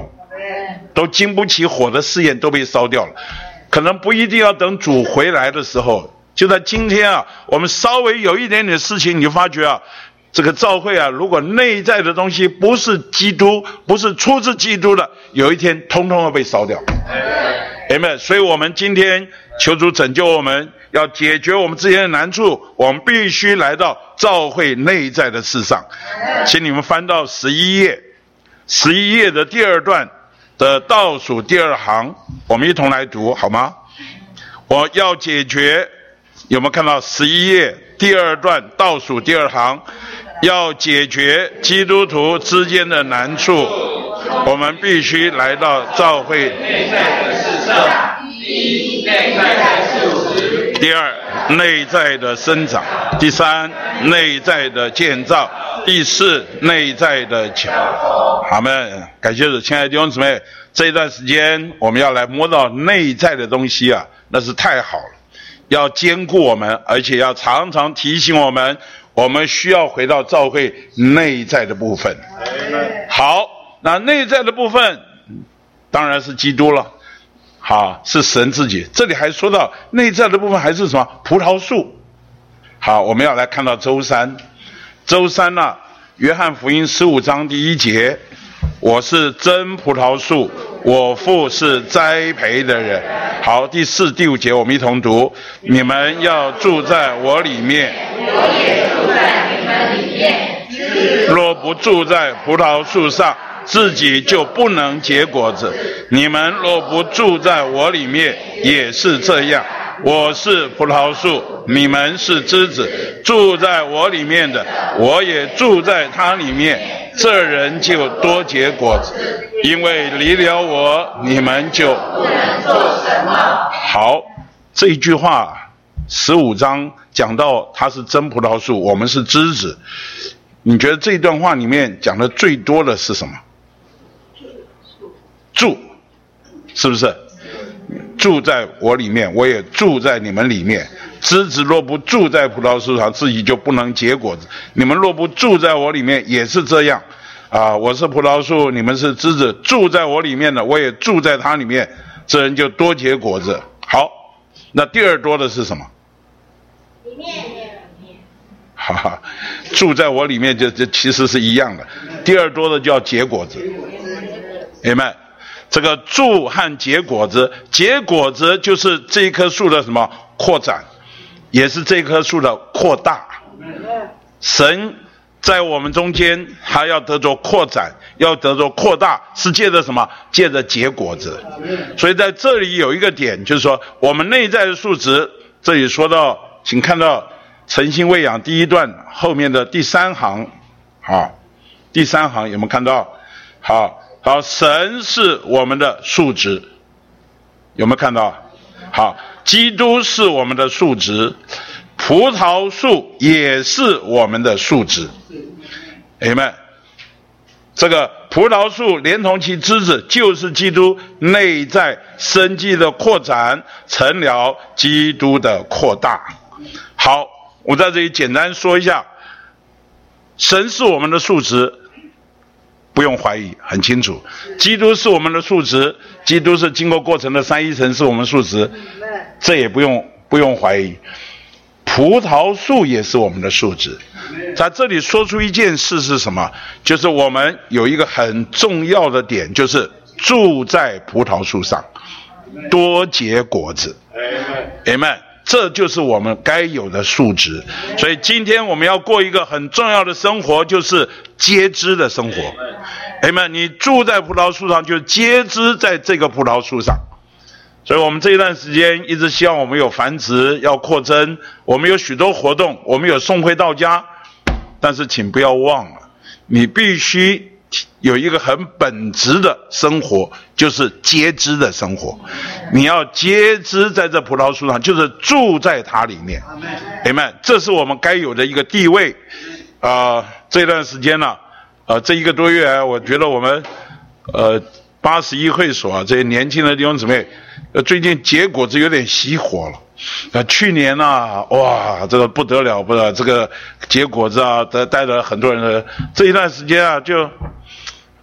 都经不起火的试验，都被烧掉了。可能不一定要等主回来的时候，就在今天啊，我们稍微有一点点事情，你就发觉啊，这个教会啊，如果内在的东西不是基督，不是出自基督的，有一天通通要被烧掉。Amen。所以我们今天求主拯救我们，要解决我们之间的难处，我们必须来到教会内在的事上。请你们翻到十一页，十一页的第二段的倒数第二行，我们一同来读好吗？我要解决，有没有看到十一页第二段倒数第二行？要解决基督徒之间的难处，我们必须来到教会内在的事上。第一，内在的素质；第二，内在的生长；第三，内在的建造；第四，内在的巧。阿们，感谢主，亲爱的弟兄姊妹，这一段时间我们要来摸到内在的东西啊，那是太好了。要兼顾我们，而且要常常提醒我们，我们需要回到教会内在的部分。好，那内在的部分当然是基督了，好，是神自己。这里还说到内在的部分还是什么？葡萄树。好，我们要来看到周三，周三呢、啊，约翰福音十五章第一节，我是真葡萄树，我父是栽培的人。好，第四、第五节我们一同读：你们要住在我里面，我也住在你们里面。若不住在葡萄树上，自己就不能结果子。你们若不住在我里面，也是这样。我是葡萄树，你们是枝子。住在我里面的，我也住在他里面，这人就多结果子，因为离了我，你们就不能做什么。好，这一句话十五章讲到他是真葡萄树，我们是枝子。你觉得这段话里面讲的最多的是什么？住，是不是？住在我里面，我也住在你们里面。枝子若不住在葡萄树上，自己就不能结果子。你们若不住在我里面，也是这样。啊，我是葡萄树，你们是枝子，住在我里面的，我也住在他里面，这人就多结果子。好，那第二多的是什么？里面，里面。哈哈，住在我里面就就其实是一样的。第二多的叫结果子。Amen。这个住和结果子，结果子就是这棵树的什么扩展，也是这棵树的扩大。神在我们中间，他要得着扩展，要得着扩大，是借着什么？借着结果子。所以在这里有一个点，就是说我们内在的数值，这里说到，请看到诚心喂养第一段后面的第三行，好，第三行有没有看到？好。好，神是我们的数值，有没有看到？好，基督是我们的数值，葡萄树也是我们的数值。Amen。这个葡萄树连同其枝子，就是基督内在生机的扩展，成了基督的扩大。好，我在这里简单说一下，神是我们的数值。不用怀疑，很清楚。基督是我们的数值，基督是经过过程的三一神是我们数值，这也不用不用怀疑。葡萄树也是我们的数值。在这里说出一件事是什么？就是我们有一个很重要的点，就是住在葡萄树上，多结果子。Amen。这就是我们该有的素质。所以今天我们要过一个很重要的生活，就是接枝的生活。Amen。你住在葡萄树上，就接枝在这个葡萄树上。所以我们这一段时间一直希望我们有繁殖，要扩增，我们有许多活动，我们有送会到家，但是请不要忘了，你必须有一个很本质的生活，就是接枝的生活。你要接枝在这葡萄树上，就是住在它里面。Amen。这是我们该有的一个地位。啊、呃，这段时间呢、啊，呃，这一个多月，我觉得我们，呃，八十一会所啊，这些年轻的弟兄姊妹，呃，最近结果子有点熄火了。呃，去年呢、啊，哇，这个不得了，不得了，这个结果子啊，带带了很多人的。这一段时间啊，就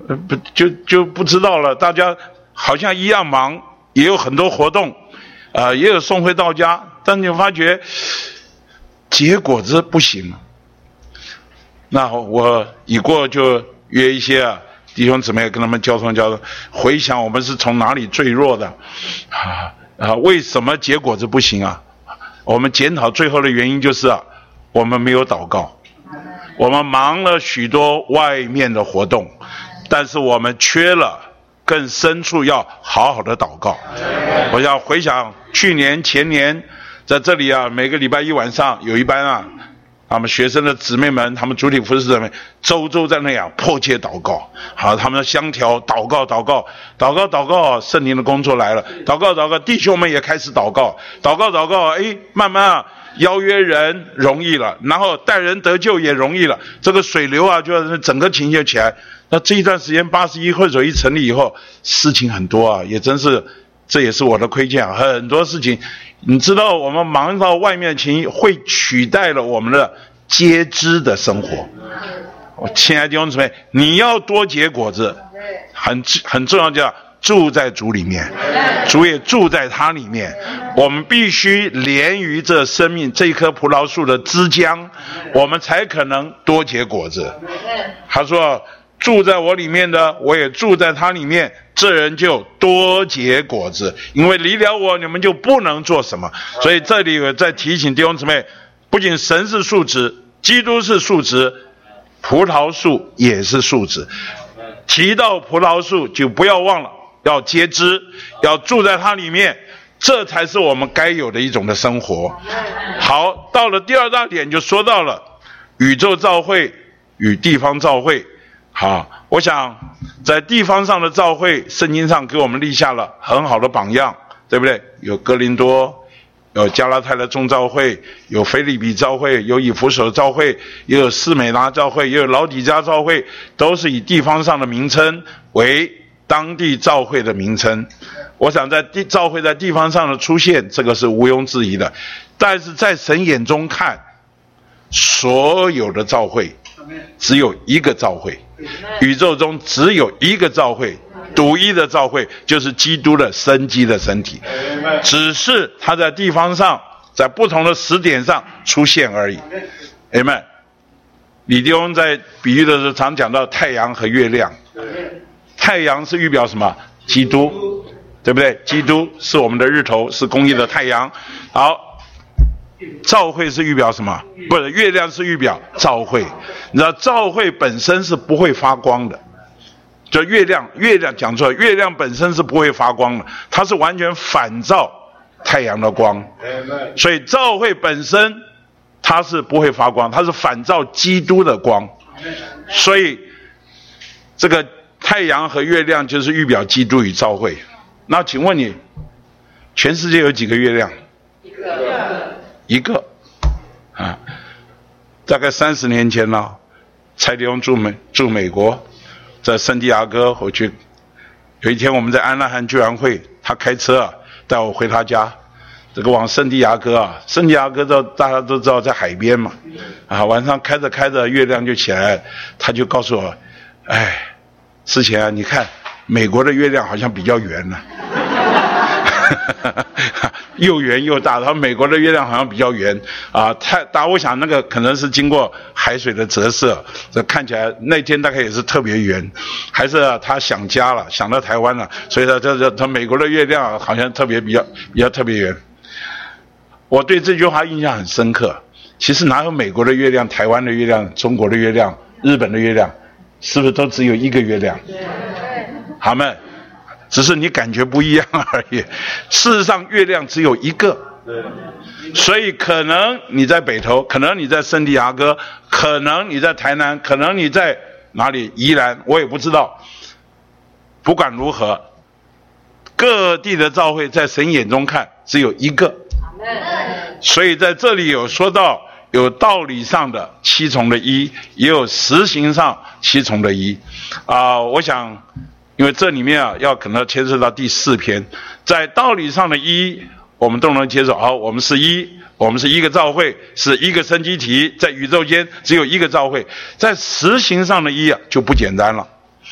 呃，不就就不知道了。大家好像一样忙，也有很多活动，啊、呃，也有送回到家，但你发觉结果子不行。那我已过就约一些啊弟兄姊妹跟他们交通交通，回想我们是从哪里坠落的，啊啊，为什么结果子不行啊？我们检讨最后的原因就是啊，我们没有祷告，我们忙了许多外面的活动，但是我们缺了更深处要好好的祷告。我想回想去年前年在这里啊，每个礼拜一晚上有一班啊，他们学生的姊妹们，他们主体服侍者们，周周在那样迫切祷告，好，他们相调祷告祷告祷告祷告，圣灵的工作来了，祷告祷告，弟兄们也开始祷告，祷告祷告，哎，慢慢啊，邀约人容易了，然后带人得救也容易了，这个水流啊，就整个情绪起来。那这一段时间，八十一会所一成立以后，事情很多啊，也真是，这也是我的亏欠啊，很多事情。你知道我们忙到外面的情绪会取代了我们的接枝的生活。我亲爱的弟兄姊妹，你要多结果子，很很重要，叫住在主里面，主也住在他里面。我们必须连于这生命这棵葡萄树的枝浆，我们才可能多结果子。他说住在我里面的，我也住在他里面，这人就多结果子，因为离了我，你们就不能做什么。所以这里我在提醒弟兄姊妹，不仅神是树枝，基督是树枝，葡萄树也是树枝。提到葡萄树，就不要忘了要结枝，要住在它里面，这才是我们该有的一种的生活。好，到了第二大点，就说到了宇宙召会与地方召会。好，我想在地方上的召会，圣经上给我们立下了很好的榜样，对不对？有哥林多，有加拉太的众召会，有腓立比召会，有以弗所召会，也有士美拿召会，也有老底嘉召会，都是以地方上的名称为当地召会的名称。我想在地召会在地方上的出现，这个是毋庸置疑的。但是在神眼中看，所有的召会只有一个召会，宇宙中只有一个召会，独一的召会，就是基督的生机的身体，只是他在地方上在不同的时点上出现而已。Amen。李弟兄在比喻的时候常讲到太阳和月亮，太阳是预表什么？基督，对不对？基督是我们的日头，是公义的太阳。好，召会是预表什么？不是，月亮是预表召会。你知道召会本身是不会发光的，就月亮，月亮讲错了，月亮本身是不会发光的，它是完全反照太阳的光。所以召会本身它是不会发光，它是反照基督的光。所以这个太阳和月亮就是预表基督与召会。那请问你，全世界有几个月亮？一个。一个啊，大概三十年前了，蔡弟兄住美住美国，在圣地亚哥，我去，有一天我们在安纳罕聚完会，他开车啊带我回他家，这个往圣地亚哥啊，圣地亚哥都大家都知道在海边嘛，啊，晚上开着开着月亮就起来，他就告诉我，哎，之前啊，你看美国的月亮好像比较圆呢、啊。又圆又大，然后美国的月亮好像比较圆啊，太大。我想那个可能是经过海水的折射，这看起来那天大概也是特别圆，还是、啊、他想家了，想到台湾了，所以他这这他美国的月亮好像特别比较比较特别圆。我对这句话印象很深刻。其实哪有美国的月亮、台湾的月亮、中国的月亮、日本的月亮，是不是都只有一个月亮？好们。只是你感觉不一样而已。事实上，月亮只有一个，所以可能你在北投，可能你在圣地亚哥，可能你在台南，可能你在哪里宜兰，我也不知道。不管如何，各地的召会在神眼中看只有一个，所以在这里有说到有道理上的七重的一，也有实行上七重的一啊、呃，我想。因为这里面啊，要可能牵涉到第四篇，在道理上的一，我们都能接受。好，我们是一，我们是一个召会，是一个生机体，在宇宙间只有一个召会。在实行上的一啊，就不简单了。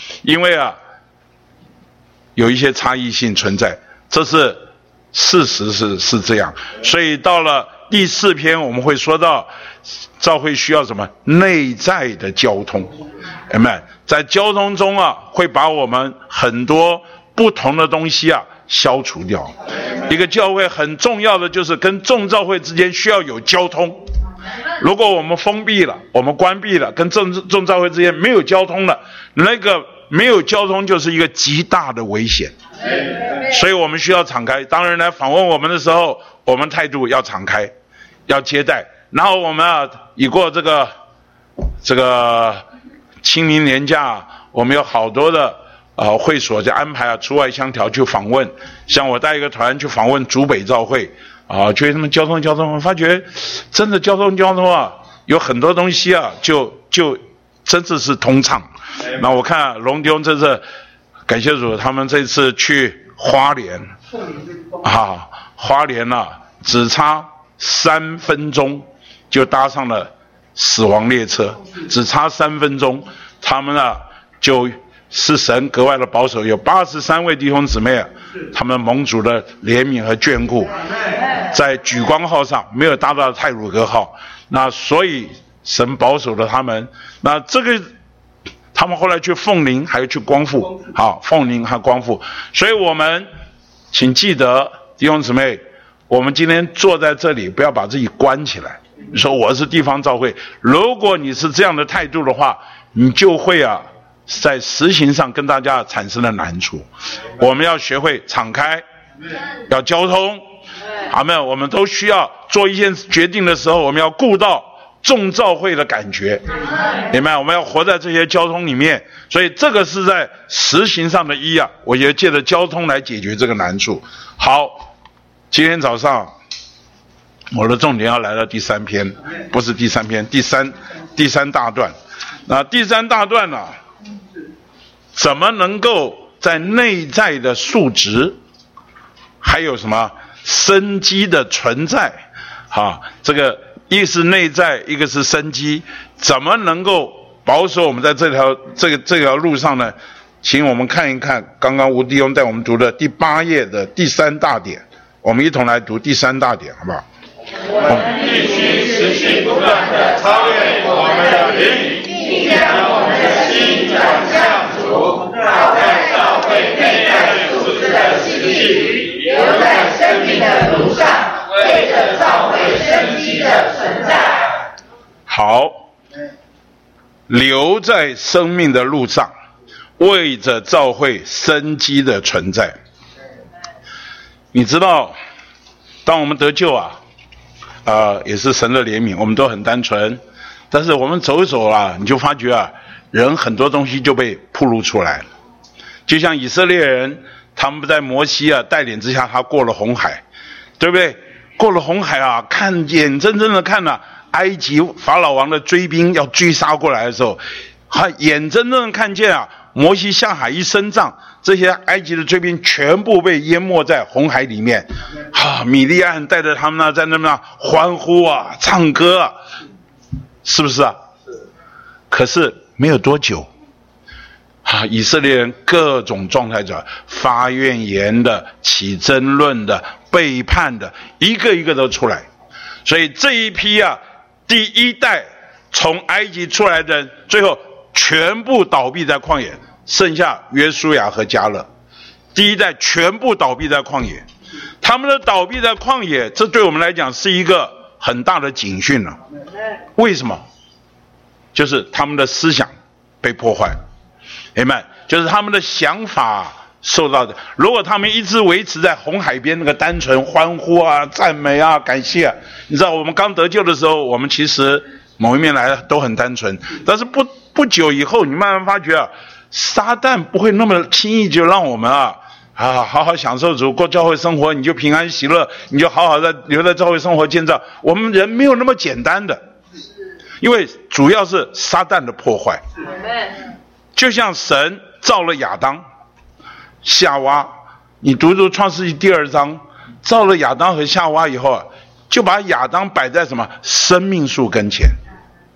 因为啊，有一些差异性存在，这是事实是是这样。所以到了第四篇，我们会说到，教会需要什么？内在的交通，有没有？在交通中啊，会把我们很多不同的东西啊消除掉。一个教会很重要的就是跟众教会之间需要有交通。如果我们封闭了，我们关闭了，跟众众教会之间没有交通了，那个没有交通就是一个极大的危险。所以我们需要敞开。当人来访问我们的时候，我们态度要敞开，要接待。然后我们啊，已过这个这个清明年假，我们有好多的呃会所在安排啊，出外乡调去访问。像我带一个团去访问竹北教会啊，觉得他们交通交通，我发觉真的交通交通啊，有很多东西啊，就就真的是通畅。那我看龙弟兄这次感谢主，他们这次去花莲啊，花莲啊，只差三分钟就搭上了死亡列车，只差三分钟，他们啊就是神格外的保守，有八十三位弟兄姊妹啊，他们蒙主的怜悯和眷顾，在莒光号上没有搭到太鲁阁号，那所以神保守了他们。那这个他们后来去凤林，还有去光复，好，凤林和光复。所以我们请记得弟兄姊妹，我们今天坐在这里，不要把自己关起来。你说我是地方教会，如果你是这样的态度的话，你就会啊，在实行上跟大家产生了难处。我们要学会敞开，要交通，阿们，我们都需要做一件决定的时候，我们要顾到众教会的感觉，明白？我们要活在这些交通里面，所以这个是在实行上的一啊，我也借着交通来解决这个难处。好，今天早上我的重点要来到第三篇，不是第三篇，第三第三大段。那第三大段呢、啊，怎么能够在内在的素质，还有什么生机的存在，啊，这个一个是内在，一个是生机，怎么能够保守我们在这条这个这条路上呢？请我们看一看刚刚吴弟兄带我们读的第八页的第三大点，我们一同来读第三大点，好不好？ 我们必须持续不断地超越我们的言语，并将我们的心转向主，照在教会内在素质的兴趣，留在生命的路上，为着教会生机的存在。 好，留在生命的路上，为着教会生机的存在。你知道，当我们得救啊，呃，也是神的怜悯，我们都很单纯，但是我们走一走啊，你就发觉啊，人很多东西就被暴露出来了。就像以色列人，他们在摩西啊带领之下，他过了红海，对不对？过了红海啊，看眼睁睁的看啊，埃及法老王的追兵要追杀过来的时候，他眼睁睁的看见啊，摩西下海一伸杖，这些埃及的追兵全部被淹没在红海里面。啊，米利暗带着他们呢，在那边欢呼啊，唱歌啊，是不是啊？可是没有多久，啊，以色列人各种状态者，发怨言的、起争论的、背叛的，一个一个都出来。所以这一批啊，第一代从埃及出来的人，最后全部倒闭在旷野，剩下约书亚和迦勒。第一代全部倒闭在旷野，他们的倒闭在旷野，这对我们来讲是一个很大的警讯了。为什么？就是他们的思想被破坏，明白？就是他们的想法受到的。如果他们一直维持在红海边那个单纯欢呼啊、赞美啊、感谢啊，你知道我们刚得救的时候，我们其实某一面来都很单纯，但是不不久以后，你慢慢发觉啊，撒旦不会那么轻易就让我们啊啊好好享受主，过教会生活，你就平安喜乐，你就好好的留在教会生活建造。我们人没有那么简单的，因为主要是撒旦的破坏。就像神造了亚当、夏娃，你读读创世纪第二章，造了亚当和夏娃以后啊，就把亚当摆在什么生命树跟前。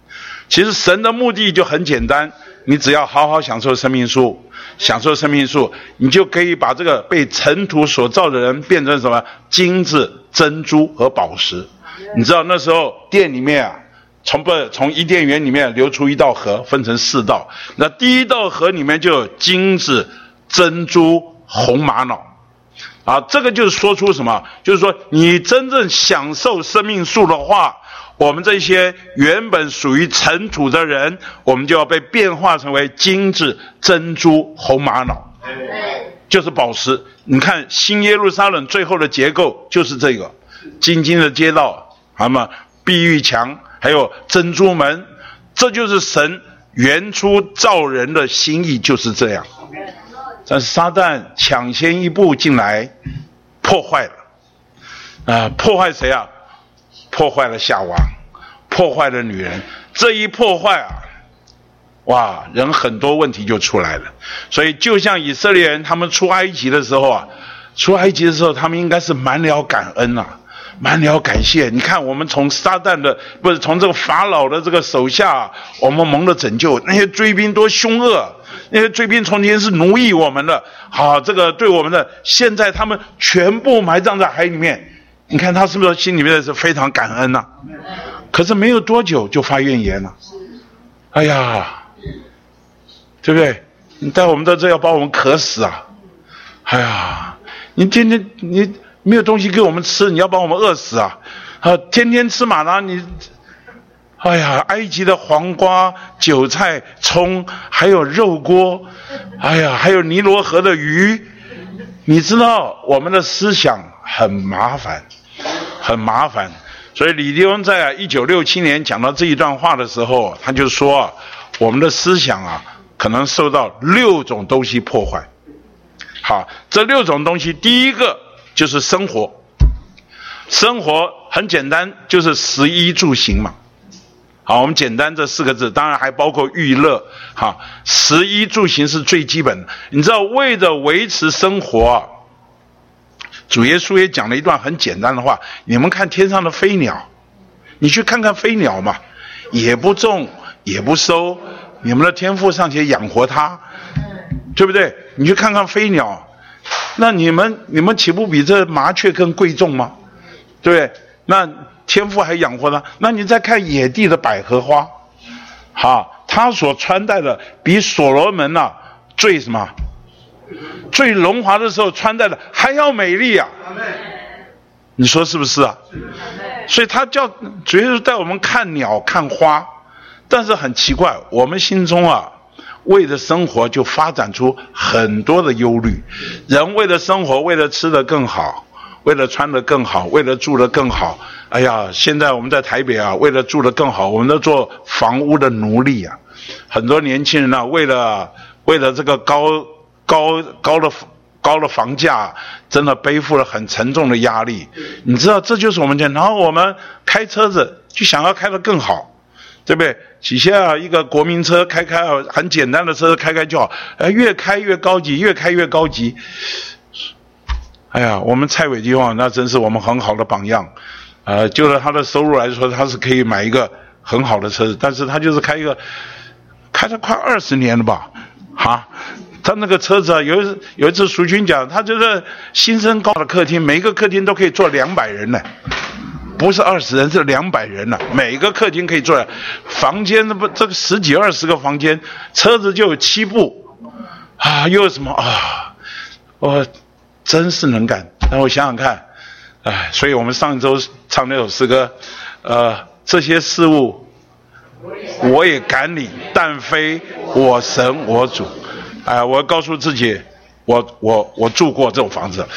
其实神的目的就很简单，你只要好好享受生命树，享受生命树，你就可以把这个被尘土所造的人变成什么？金子、珍珠和宝石。你知道那时候殿里面啊，从不从伊甸园里面流出一道河，分成四道。那第一道河里面就有金子、珍珠、红玛瑙。啊，这个就是说出什么？就是说你真正享受生命树的话，我们这些原本属于尘土的人，我们就要被变化成为金子、珍珠、红玛瑙，就是宝石。你看新耶路撒冷最后的结构就是这个：金金的街道，那么碧玉墙，还有珍珠门，这就是神原初造人的心意，就是这样。但是撒旦抢先一步进来，破坏了，啊、呃，破坏谁啊？破坏了夏娃，破坏了女人。这一破坏啊，哇，人很多问题就出来了。所以就像以色列人他们出埃及的时候啊，出埃及的时候他们应该是满了感恩啊，满了感谢。你看我们从撒旦的，不是从这个法老的这个手下、啊，我们蒙了拯救。那些追兵多凶恶，那些追兵从前是奴役我们的，好，这个对我们的，现在他们全部埋葬在海里面。你看他是不是心里面是非常感恩呐、啊？可是没有多久就发怨言了。哎呀，对不对？你带我们到这要把我们渴死啊！哎呀，你天天你没有东西给我们吃，你要把我们饿死啊！啊，天天吃玛拿，你，哎呀，埃及的黄瓜、韭菜、葱，还有肉锅，哎呀，还有尼罗河的鱼，你知道我们的思想很麻烦，很麻烦。所以李弟兄在一九六七年讲到这一段话的时候，他就说、啊、我们的思想啊，可能受到六种东西破坏。好，这六种东西，第一个就是生活。生活很简单，就是食衣住行嘛。好，我们简单这四个字，当然还包括娱乐。好，食衣住行是最基本的。你知道，为了维持生活啊，主耶稣也讲了一段很简单的话，你们看天上的飞鸟，你去看看飞鸟嘛，也不种也不收，你们的天父尚且养活它，对不对？你去看看飞鸟，那你们你们岂不比这麻雀更贵重吗？对不对？那天父还养活它，那你再看野地的百合花，好，他所穿戴的比所罗门啊最什么？最荣华的时候穿戴的还要美丽啊！你说是不是啊？所以他叫主耶稣带我们看鸟看花，但是很奇怪，我们心中啊，为了生活就发展出很多的忧虑。人为了生活，为了吃得更好，为了穿得更好，为了住得更好。哎呀，现在我们在台北啊，为了住得更好，我们都做房屋的奴隶啊。很多年轻人啊，为了为了这个高。高高的高的房价，真的背负了很沉重的压力。你知道，这就是我们讲。然后我们开车子就想要开得更好，对不对？起先啊，一个国民车开开啊，很简单的车开开就好，呃，越开越高级，越开越高级。哎呀，我们蔡伟弟兄那真是我们很好的榜样。呃，就了他的收入来说，他是可以买一个很好的车子，但是他就是开一个，开了快二十年了吧，哈。他那个车子啊，有一有一次淑君讲，他就是新生高的客厅，每一个客厅都可以坐两百人呢，不是二十人，是两百人呢，每个客厅可以坐，房间那不这个十几二十个房间，车子就有七部，啊，又有什么啊，我真是能干。那我想想看，哎，所以我们上一周唱那首诗歌，呃，这些事物我也敢领，但非我神我主。哎、呃，我告诉自己，我我我住过这种房子，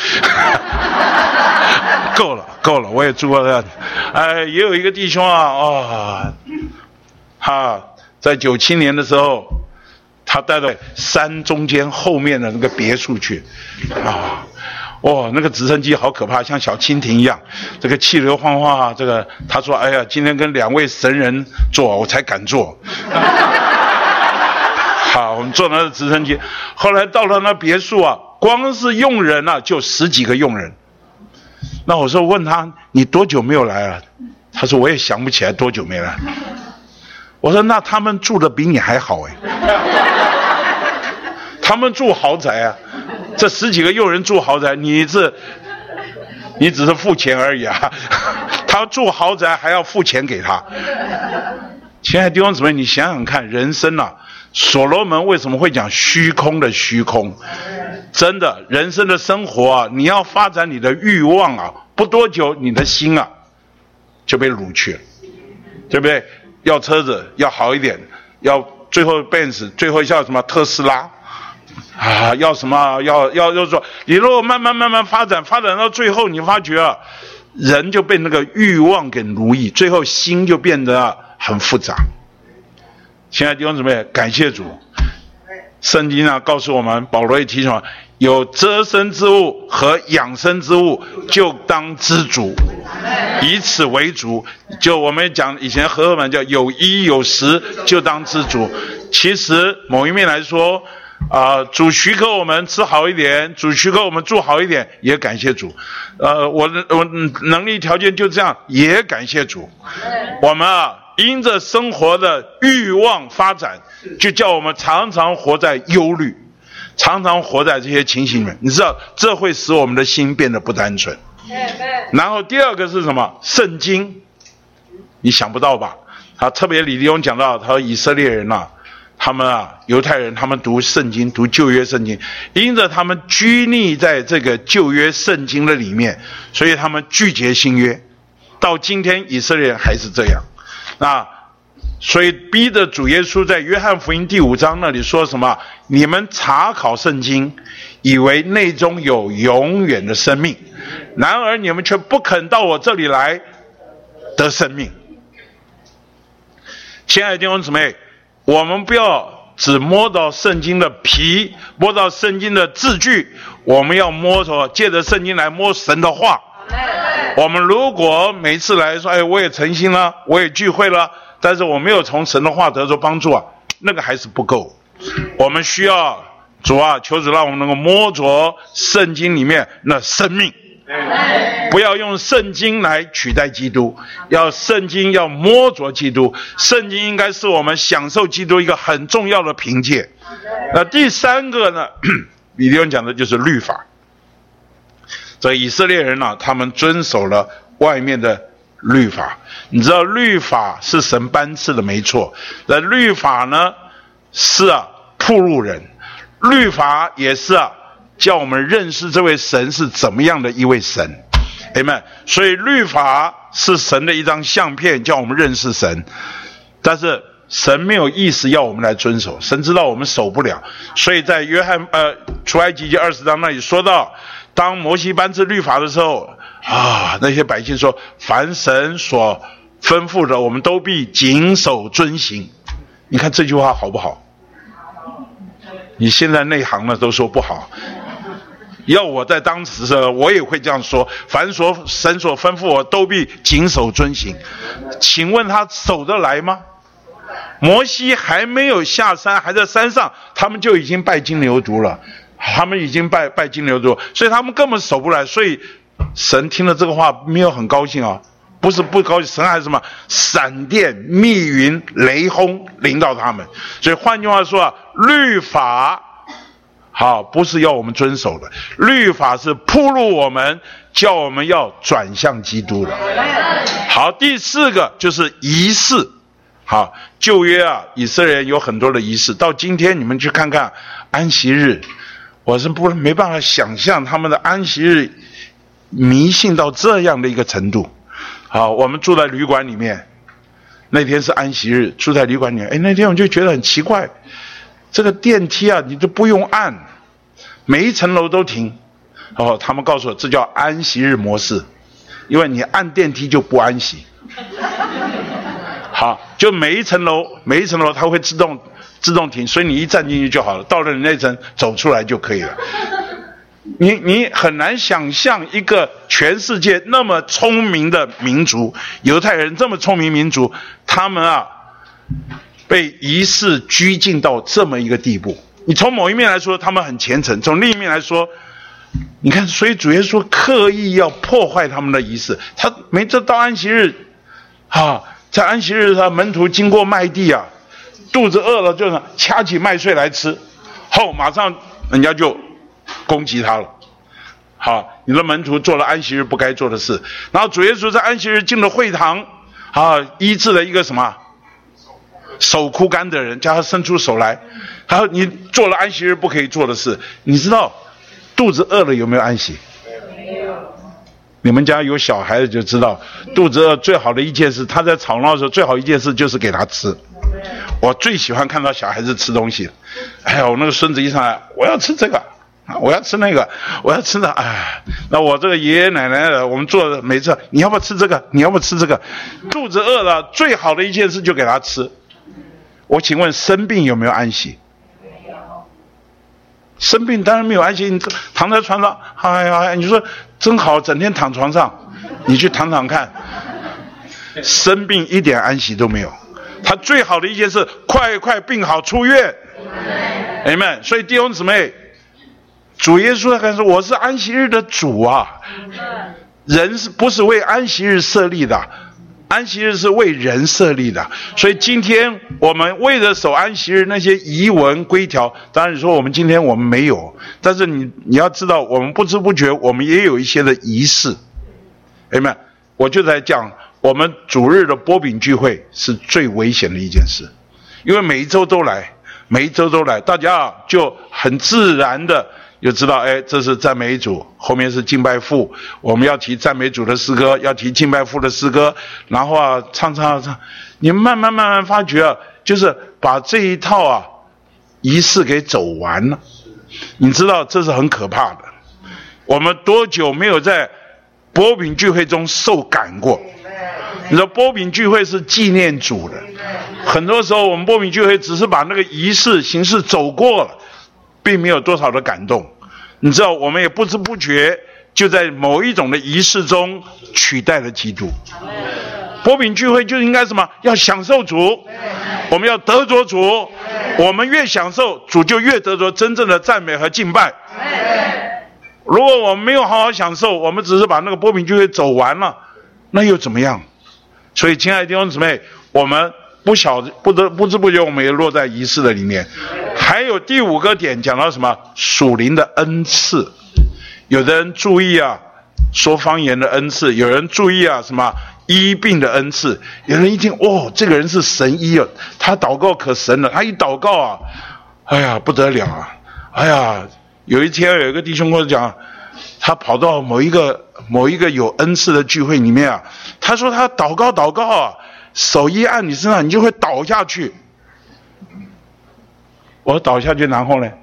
够了够了，我也住过这样。哎、呃，也有一个弟兄啊，哦，他在九七年的时候，他带到山中间后面的那个别墅去，啊，哦，那个直升机好可怕，像小蜻蜓一样，这个气流晃晃啊，这个他说，哎呀，今天跟两位神人坐，我才敢坐。好，我们坐那个直升机，后来到了那别墅啊，光是佣人啊就十几个佣人。那我说问他，你多久没有来了？他说我也想不起来多久没来。 我说那他们住的比你还好哎，他们住豪宅啊，这十几个佣人住豪宅，你是你只是付钱而已啊，他住豪宅还要付钱给他。亲爱的弟兄姊妹，你想想看，人生啊，所罗门为什么会讲虚空的虚空？真的，人生的生活啊，你要发展你的欲望啊，不多久你的心啊就被掳去了，对不对？要车子要好一点，要最后 Benz， 最后要什么特斯拉啊，要什么要要要说，你如果慢慢慢慢发展，发展到最后，你发觉啊，人就被那个欲望给奴役，最后心就变得、啊、很复杂。亲爱的弟兄姊妹，感谢主，圣经啊告诉我们，保罗也提醒我们，有遮身之物和养生之物，就当知足，以此为足。就我们讲以前和合本叫有衣有食，就当知足。其实某一面来说，啊、呃，主许可我们吃好一点，主许可我们住好一点，也感谢主。呃，我的我能力条件就这样，也感谢主。我们啊，因着生活的欲望发展，就叫我们常常活在忧虑，常常活在这些情形里面。你知道，这会使我们的心变得不单纯。然后第二个是什么？圣经，你想不到吧？啊，特别李弟兄讲到，他说以色列人呐、啊，他们啊，犹太人，他们读圣经，读旧约圣经，因着他们拘泥在这个旧约圣经的里面，所以他们拒绝新约。到今天，以色列人还是这样。那所以逼着主耶稣在约翰福音第五章那里说什么？你们查考圣经，以为内中有永远的生命，然而你们却不肯到我这里来得生命。亲爱的弟兄姊妹，我们不要只摸到圣经的皮，摸到圣经的字句，我们要摸着借着圣经来摸神的话。我们如果每次来说，哎，我也诚心了，我也聚会了，但是我没有从神的话得着帮助啊，那个还是不够。我们需要主啊，求主让我们能够摸着圣经里面那生命，不要用圣经来取代基督，要圣经要摸着基督，圣经应该是我们享受基督一个很重要的凭借。那第三个呢，李弟兄讲的就是律法。这以色列人呢、啊，他们遵守了外面的律法。你知道律法是神颁赐的没错，那律法呢是啊暴露人，律法也是啊叫我们认识这位神是怎么样的一位神。Amen。所以律法是神的一张相片，叫我们认识神，但是神没有意思要我们来遵守，神知道我们守不了，所以在约翰呃出埃及记二十章那里说到，当摩西颁赐律法的时候啊，那些百姓说，凡神所吩咐的，我们都必谨守遵行。你看这句话好不好？你现在内行了都说不好，要我在当时的我也会这样说，凡所神所吩咐我都必谨守遵行。请问他守得来吗？摩西还没有下山，还在山上，他们就已经拜金牛犊了，他们已经拜拜金牛犊，所以他们根本守不来。所以神听了这个话没有很高兴啊，不是不高兴，神还是什么闪电密云雷轰临到他们。所以换句话说啊，律法好不是要我们遵守的，律法是铺路我们，叫我们要转向基督的。好，第四个就是仪式。好，旧约啊，以色列人有很多的仪式，到今天你们去看看安息日，我是不没办法想象他们的安息日迷信到这样的一个程度。好，我们住在旅馆里面，那天是安息日，住在旅馆里面，哎，那天我就觉得很奇怪，这个电梯啊，你都不用按，每一层楼都停。哦，他们告诉我这叫安息日模式，因为你按电梯就不安息。好，就每一层楼，每一层楼它会自动自动停，所以你一站进去就好了，到了你那层走出来就可以了。你你很难想象一个全世界那么聪明的民族，犹太人这么聪明民族，他们啊被仪式拘禁到这么一个地步。你从某一面来说，他们很虔诚；从另一面来说，你看，所以主耶稣刻意要破坏他们的仪式。他没这到安息日，啊， 在安息日，他门徒经过麦地啊，肚子饿了，就掐起麦穗来吃，后马上人家就攻击他了。好，你的门徒做了安息日不该做的事，然后主耶稣在安息日进了会堂，啊，医治了一个什么手枯干的人，叫他伸出手来。还有你做了安息日不可以做的事，你知道肚子饿了有没有安息？没有。你们家有小孩子就知道，肚子饿最好的一件事，他在吵闹的时候最好一件事就是给他吃。我最喜欢看到小孩子吃东西，哎呀，我那个孙子一上来，我要吃这个，我要吃那个，我要吃那，哎，那我这个爷爷奶奶的，我们做的每次，你要不要吃这个？你要不要吃这个？肚子饿了，最好的一件事就给他吃。我请问，生病有没有安息？生病当然没有安息，你躺在床上，哎呀，你说真好，整天躺床上，你去躺躺看，生病一点安息都没有。他最好的一件事，快快病好出院。Amen。所以弟兄姊妹，主耶稣他说：“我是安息日的主啊！”人是不是为安息日设立的？安息日是为人设立的，所以今天我们为了守安息日那些仪文规条，当然你说我们今天我们没有，但是你你要知道，我们不知不觉我们也有一些的仪式。Amen。我就在讲，我们主日的擘饼聚会是最危险的一件事，因为每一周都来，每一周都来，大家啊就很自然的就知道，哎，这是赞美主，后面是敬拜父，我们要提赞美主的诗歌，要提敬拜父的诗歌，然后啊唱唱唱，你慢慢慢慢发觉啊，就是把这一套啊仪式给走完了。你知道这是很可怕的。我们多久没有在擘饼聚会中受感过？你知道擘饼聚会是纪念主的，很多时候我们擘饼聚会只是把那个仪式形式走过了，并没有多少的感动。你知道我们也不知不觉就在某一种的仪式中取代了基督。擘饼聚会就应该什么？要享受主，我们要得着主，我们越享受主就越得着真正的赞美和敬拜。如果我们没有好好享受，我们只是把那个擘饼聚会走完了，那又怎么样？所以亲爱的弟兄姊妹，我们不晓不得不知不觉我们也落在仪式的里面。还有第五个点讲到什么？属灵的恩赐。有的人注意啊说方言的恩赐，有人注意啊什么医病的恩赐，有人一听哦这个人是神医啊，他祷告可神了，他一祷告啊哎呀不得了啊，哎呀有一天有一个弟兄跟我讲，他跑到某一个某一个有恩赐的聚会里面啊，他说他祷告祷告啊，手一按你身上你就会倒下去。我倒下去然后呢，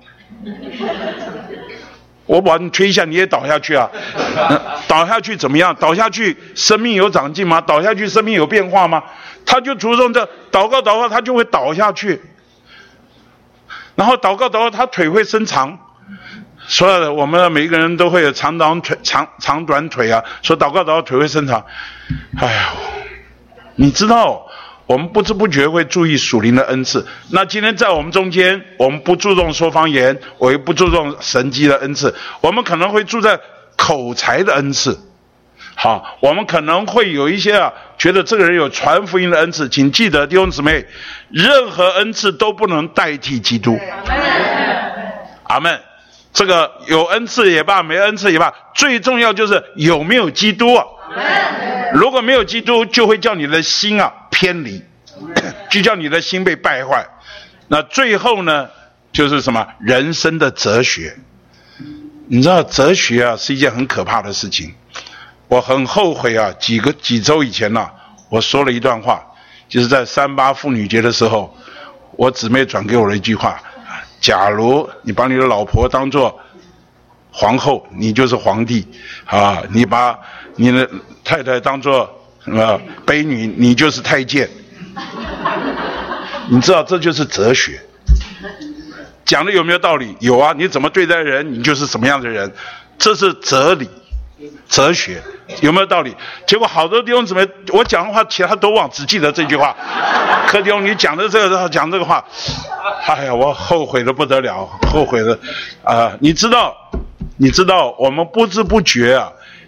我把你推一下你也倒下去啊、嗯、倒下去怎么样？倒下去生命有长进吗？倒下去生命有变化吗？他就注重这祷告祷告他就会倒下去，然后祷告祷告他腿会伸长。所以我们每一个人都会有长短腿长长短腿啊，说祷告祷告腿会伸长。哎呀，你知道我们不知不觉会注意属灵的恩赐。那今天在我们中间，我们不注重说方言，我也不注重神迹的恩赐，我们可能会注在口才的恩赐。好，我们可能会有一些啊，觉得这个人有传福音的恩赐。请记得弟兄姊妹，任何恩赐都不能代替基督。阿们。这个有恩赐也罢，没恩赐也罢，最重要就是有没有基督啊。如果没有基督，就会叫你的心啊偏离，就叫你的心被败坏。那最后呢，就是什么？人生的哲学。你知道哲学啊是一件很可怕的事情。我很后悔啊，几个几周以前啊，我说了一段话，就是在三八妇女节的时候，我姊妹转给我的一句话。假如你把你的老婆当作皇后，你就是皇帝啊；你把你的太太当作什么卑女，你就是太监。你知道这就是哲学，讲的有没有道理？有啊，你怎么对待人，你就是什么样的人，这是哲理、哲学，有没有道理？结果好多弟兄姊妹，我讲的话其他都忘，只记得这句话。柯弟兄，你讲的这个讲这个话，哎呀，我后悔的不得了，后悔的啊、呃！你知道，你知道，我们不知不觉啊，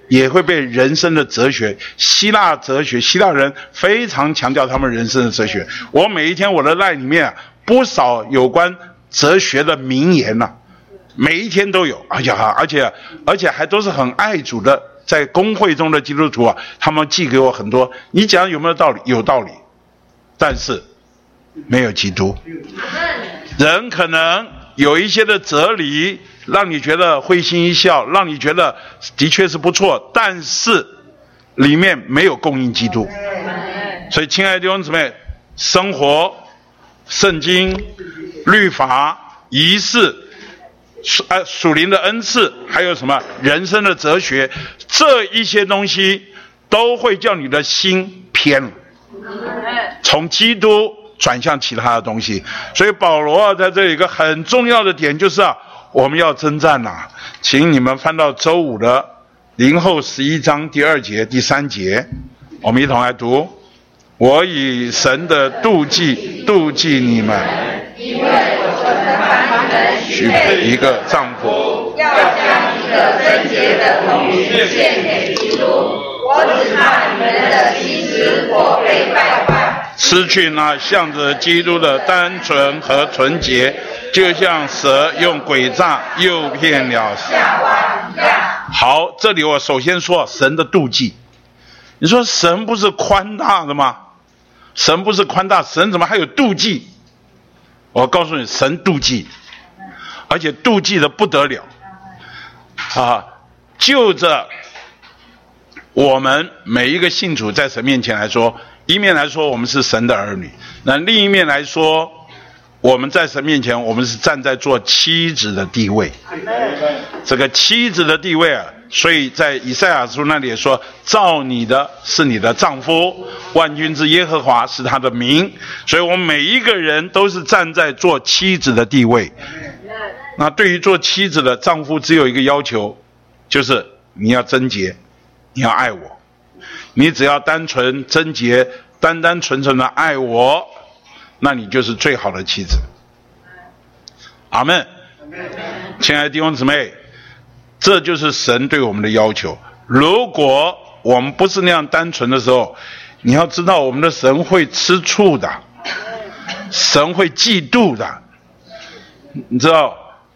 也会被人生的哲学，希腊哲学，希腊人非常强调他们人生的哲学。我每一天我的赖里面、啊、不少有关哲学的名言呐、啊，每一天都有，而且而且而且还都是很爱主的，在公会中的基督徒啊，他们寄给我很多。你讲有没有道理？有道理，但是没有基督。人可能有一些的哲理让你觉得会心一笑，让你觉得的确是不错，但是里面没有供应基督。所以亲爱的弟兄姊妹，生活、圣经、律法、仪式、呃属灵的恩赐，还有什么人生的哲学，这一些东西都会叫你的心偏了，从基督转向其他的东西。所以保罗啊，在这里一个很重要的点就是啊，我们要征战呐、啊。请你们翻到周五的林后十一章第二节、第三节，我们一同来读。我以神的妒忌妒忌你们， 因为我曾把你们许配一个丈夫， 要将一个贞洁的童女献给基督。我只怕你们的心思或被败坏， 失去那向着基督的单纯和纯洁，就像蛇用诡诈诱骗了夏娃一样。 好，这里我首先说神的妒忌。你说神不是宽大的吗？神不是宽大，神怎么还有妒忌？我告诉你，神妒忌，而且妒忌的不得了啊！就着我们每一个信主在神面前来说，一面来说我们是神的儿女，那另一面来说，我们在神面前我们是站在做妻子的地位。这个妻子的地位啊，所以在以赛亚书那里也说，造你的是你的丈夫，万军之耶和华是他的名。所以我们每一个人都是站在做妻子的地位。那对于做妻子的丈夫只有一个要求，就是你要贞洁，你要爱我，你只要单纯贞洁，单单纯纯的爱我，那你就是最好的妻子。阿们。亲爱的弟兄姊妹，这就是神对我们的要求。如果我们不是那样单纯的时候，你要知道我们的神会吃醋的，神会嫉妒的，你知道？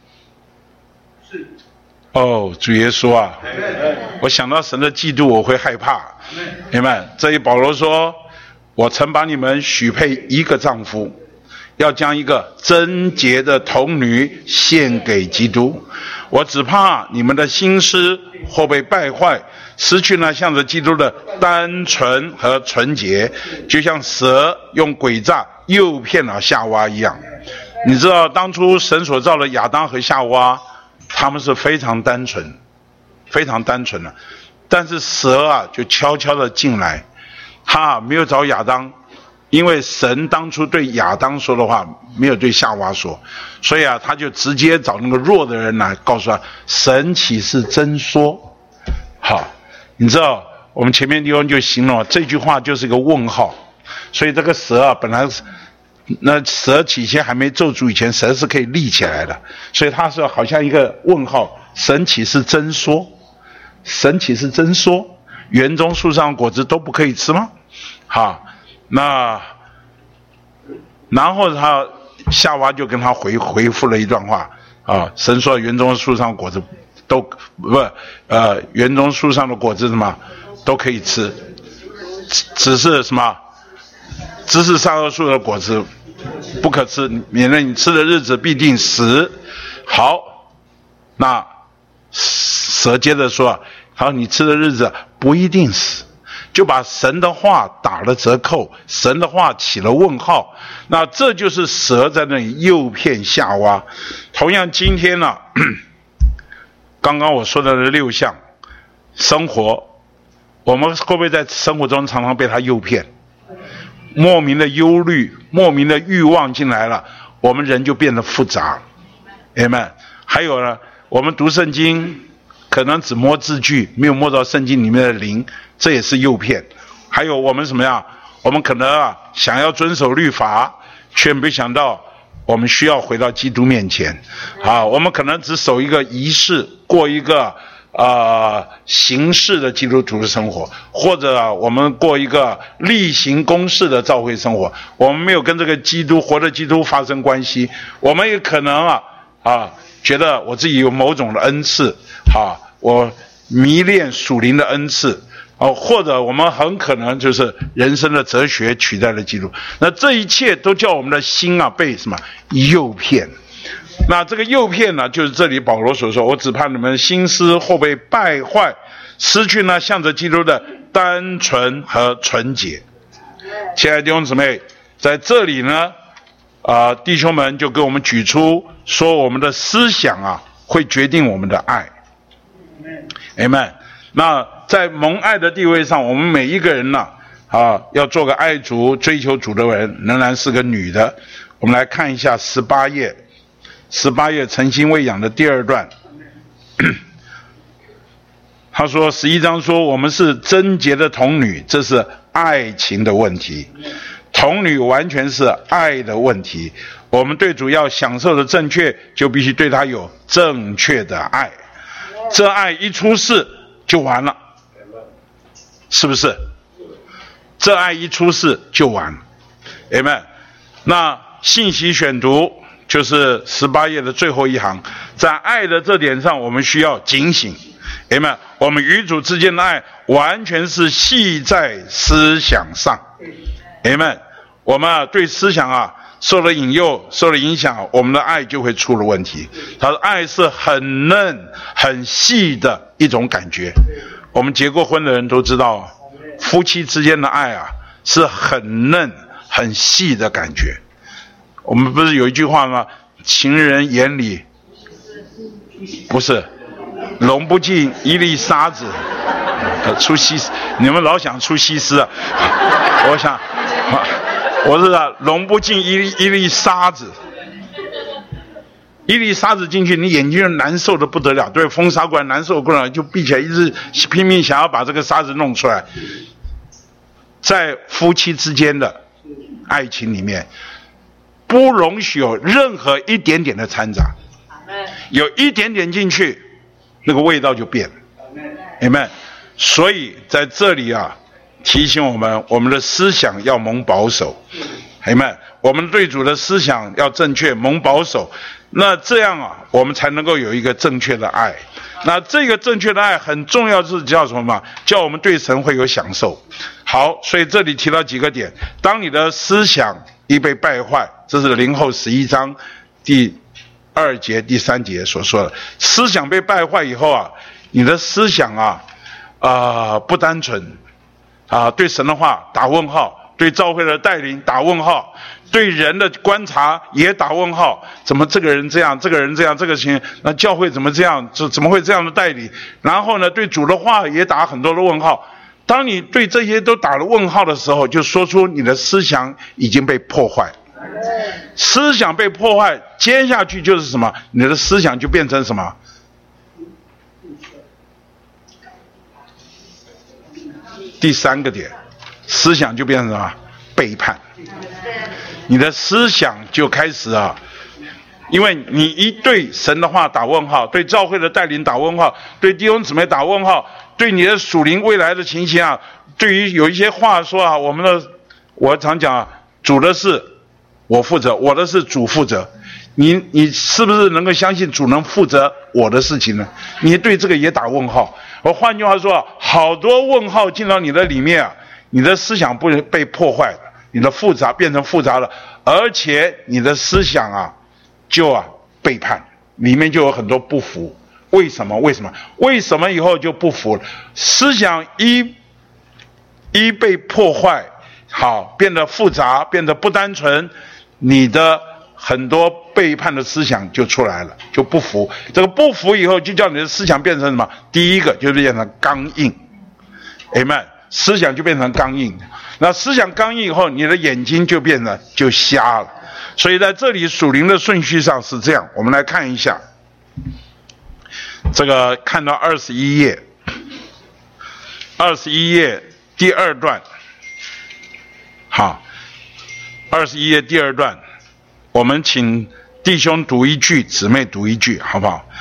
哦，主耶稣啊，我想到神的嫉妒我会害怕。明白？这里保罗说，我曾把你们许配一个丈夫，要将一个贞洁的童女献给基督。我只怕你们的心思或被败坏，失去了向着基督的单纯和纯洁，就像蛇用诡诈诱骗了夏娃一样。你知道当初神所造的亚当和夏娃，他们是非常单纯非常单纯的，但是蛇啊就悄悄的进来，他、啊、没有找亚当，因为神当初对亚当说的话没有对夏娃说，所以啊他就直接找那个弱的人来告诉他，神岂是真说。好，你知道我们前面地方就形容这句话就是一个问号。所以这个蛇啊本来那蛇起先还没咒诅以前，蛇是可以立起来的，所以它是好像一个问号，神岂是真说，神岂是真说园中树上果子都不可以吃吗？好，那然后他夏娃就跟他回回复了一段话啊，神说园中树上果子都不呃园中树上的果子什么都可以吃，只是什么知识善恶树的果子不可吃，免得你吃的日子必定死。好，那蛇接着说，好，你吃的日子不一定死，就把神的话打了折扣，神的话起了问号。那这就是蛇在那里诱骗夏娃。同样今天呢、啊，刚刚我说的六项生活，我们会不会在生活中常常被他诱骗？莫名的忧虑，莫名的欲望进来了，我们人就变得复杂。Amen。还有呢，我们读圣经可能只摸字句，没有摸到圣经里面的灵，这也是诱骗。还有我们什么样？我们可能啊想要遵守律法，却没想到我们需要回到基督面前啊。我们可能只守一个仪式，过一个呃形式的基督徒的生活，或者、啊、我们过一个例行公事的教会生活，我们没有跟这个基督活的基督发生关系，我们也可能啊啊觉得我自己有某种的恩赐，啊，我迷恋属灵的恩赐。哦，或者我们很可能就是人生的哲学取代了基督，那这一切都叫我们的心啊被什么诱骗？那这个诱骗呢，就是这里保罗所说，我只怕你们心思或被败坏，失去呢向着基督的单纯和纯洁。亲爱的弟兄姊妹，在这里呢，啊、呃，弟兄们就给我们举出说，我们的思想啊会决定我们的爱。Amen。那在蒙爱的地位上，我们每一个人呢，啊，要做个爱主、追求主的人，仍然是个女的。我们来看一下十八页，十八页诚心喂养的第二段。他说，十一章说我们是贞洁的童女，这是爱情的问题。童女完全是爱的问题。我们对主要享受的正确，就必须对他有正确的爱。这爱一出世就完了，是不是？这爱一出世就完了 ，Amen。那信息选读就是十八页的最后一行，在爱的这点上，我们需要警醒 ，Amen。我们与主之间的爱完全是系在思想上 ，Amen。我们啊对思想啊受了引诱、受了影响，我们的爱就会出了问题。他的爱是很嫩、很细的一种感觉。我们结过婚的人都知道，夫妻之间的爱啊是很嫩、很细的感觉。我们不是有一句话吗？情人眼里不是容不进一粒沙子，呃，出西施。你们老想出西施啊？我想。我是啊，容不进一粒一粒沙子，一粒沙子进去，你眼睛就难受的不得了，对，风沙过来难受过来，就闭起来，一直拼命想要把这个沙子弄出来。在夫妻之间的爱情里面，不容许有任何一点点的掺杂，有一点点进去，那个味道就变了。Amen。所以在这里啊。提醒我们，我们的思想要蒙保守，朋友们，我们对主的思想要正确，蒙保守。那这样啊，我们才能够有一个正确的爱。那这个正确的爱很重要，是叫什么嘛？叫我们对神会有享受。好，所以这里提到几个点：当你的思想一被败坏，这是林后十一章第二节、第三节所说的，思想被败坏以后啊，你的思想啊，啊、呃、不单纯。啊，对神的话打问号，对教会的带领打问号，对人的观察也打问号。怎么这个人这样，这个人这样，这个情，那教会怎么这样，怎怎么会这样的带领？然后呢，对主的话也打很多的问号。当你对这些都打了问号的时候，就说出你的思想已经被破坏。思想被破坏，接下去就是什么？你的思想就变成什么？第三个点，思想就变成什么？背叛。你的思想就开始啊，因为你一对神的话打问号，对教会的带领打问号，对弟兄姊妹打问号，对你的属灵未来的情形啊，对于有一些话说啊，我们的我常讲啊，主的事我负责，我的事主负责。你你是不是能够相信主能负责我的事情呢？你对这个也打问号。我换句话说，好多问号进到你的里面啊，你的思想不被破坏了，你的复杂变成复杂了，而且你的思想啊就啊背叛，里面就有很多不服。为什么？为什么？为什么以后就不服了？思想一一被破坏，好，变得复杂，变得不单纯，你的很多背叛的思想就出来了，就不服。这个不服以后，就叫你的思想变成什么？第一个就是变成刚硬 ，Amen。思想就变成刚硬，那思想刚硬以后，你的眼睛就变得就瞎了。所以在这里属灵的顺序上是这样，我们来看一下，这个看到二十一页，二十一页第二段，好，二十一页第二段。我们请弟兄读一句，姊妹读一句，好不好？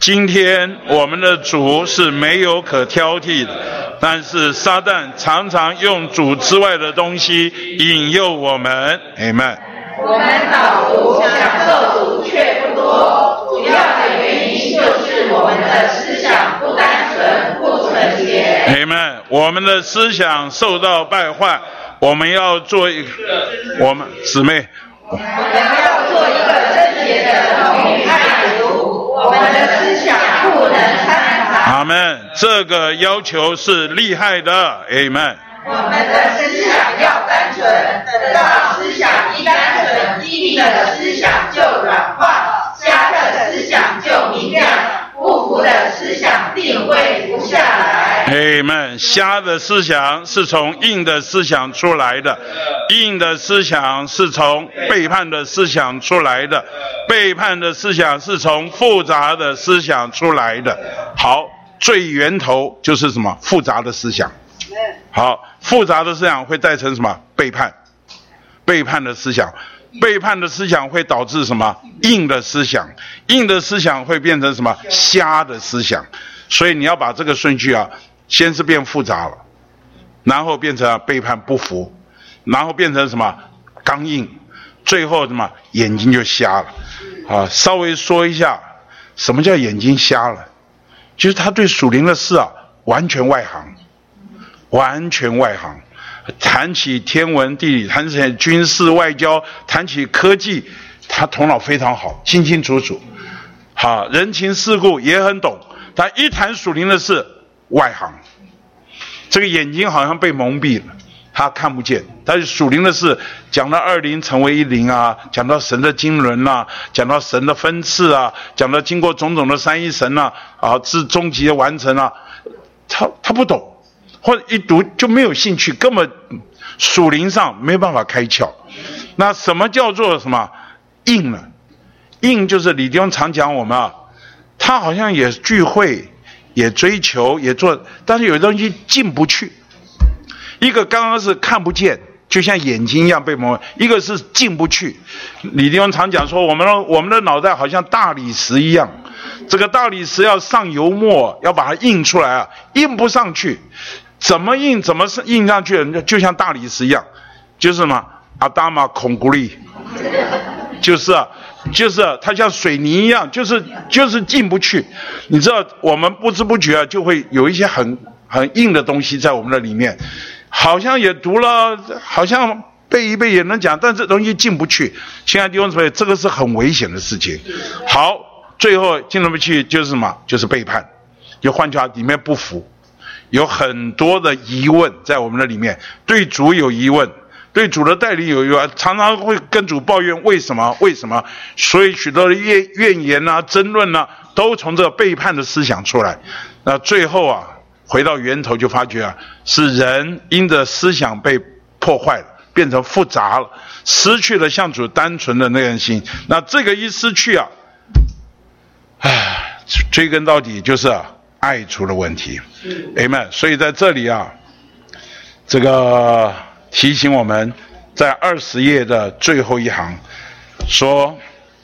今天我们的主是没有可挑剔的，但是撒旦常常用主之外的东西引诱我们。Amen。 我们导读享受主却不多，主要的原因就是我们的思想不单纯、不纯洁。 Amen。我们的思想受到败坏，我们要做一个，我们姊妹， 我们要做一个贞洁的童女爱主，我们的思想不能掺杂。 阿们。这个要求是厉害的。Amen。 我们的思想要单纯，等到思想一单纯，硬的思想就软化，瞎的思想就明亮，不服的思想定会服下来。 Amen。瞎的思想是从硬的思想出来的，硬的思想是从背叛的思想出来的，背叛的思想是从复杂的思想出来的。好，最源头就是什么？复杂的思想。好，复杂的思想会带成什么？背叛。背叛的思想，背叛的思想会导致什么？硬的思想，硬的思想会变成什么？瞎的思想。所以你要把这个顺序啊，先是变复杂了，然后变成、啊、背叛不服，然后变成什么？刚硬，最后什么？眼睛就瞎了。啊，稍微说一下，什么叫眼睛瞎了？就是他对属灵的事啊，完全外行。完全外行，谈起天文地理，谈起军事外交，谈起科技，他头脑非常好，清清楚楚。好，人情世故也很懂，但一谈属灵的事，外行。这个眼睛好像被蒙蔽了，他看不见。但是属灵的事，讲到二灵成为一灵啊，讲到神的经纶啊，讲到神的分赐啊，讲到经过种种的三一神啊，啊，至终极的完成啊，他他不懂。或者一读就没有兴趣，根本属灵上没办法开窍。那什么叫做什么硬呢？硬就是李弟兄常讲我们啊，他好像也聚会，也追求，也做，但是有东西进不去。一个刚刚是看不见，就像眼睛一样被蒙；一个是进不去。李弟兄常讲说，我们的我们的脑袋好像大理石一样，这个大理石要上油墨，要把它印出来啊，印不上去。怎么印怎么是印上去的，就像大理石一样，就是什么阿达玛孔古力，就是啊，就是啊，它像水泥一样，就是就是进不去。你知道，我们不知不觉啊，就会有一些很很硬的东西在我们的里面，好像也读了，好像背一背也能讲，但这东西进不去。亲爱的弟兄姊妹，这个是很危险的事情。好，最后进不去就是什么？就是背叛。就换句话，里面不服。有很多的疑问在我们的里面，对主有疑问，对主的带领有疑问，常常会跟主抱怨为什么为什么，所以许多的怨怨言啊、争论啊，都从这个背叛的思想出来。那最后啊，回到源头就发觉啊，是人因着思想被破坏了，变成复杂了，失去了向主单纯的那个心。那这个一失去啊，唉，追根到底就是啊。爱出了问题 ，Amen。所以在这里啊，这个提醒我们，在二十页的最后一行说，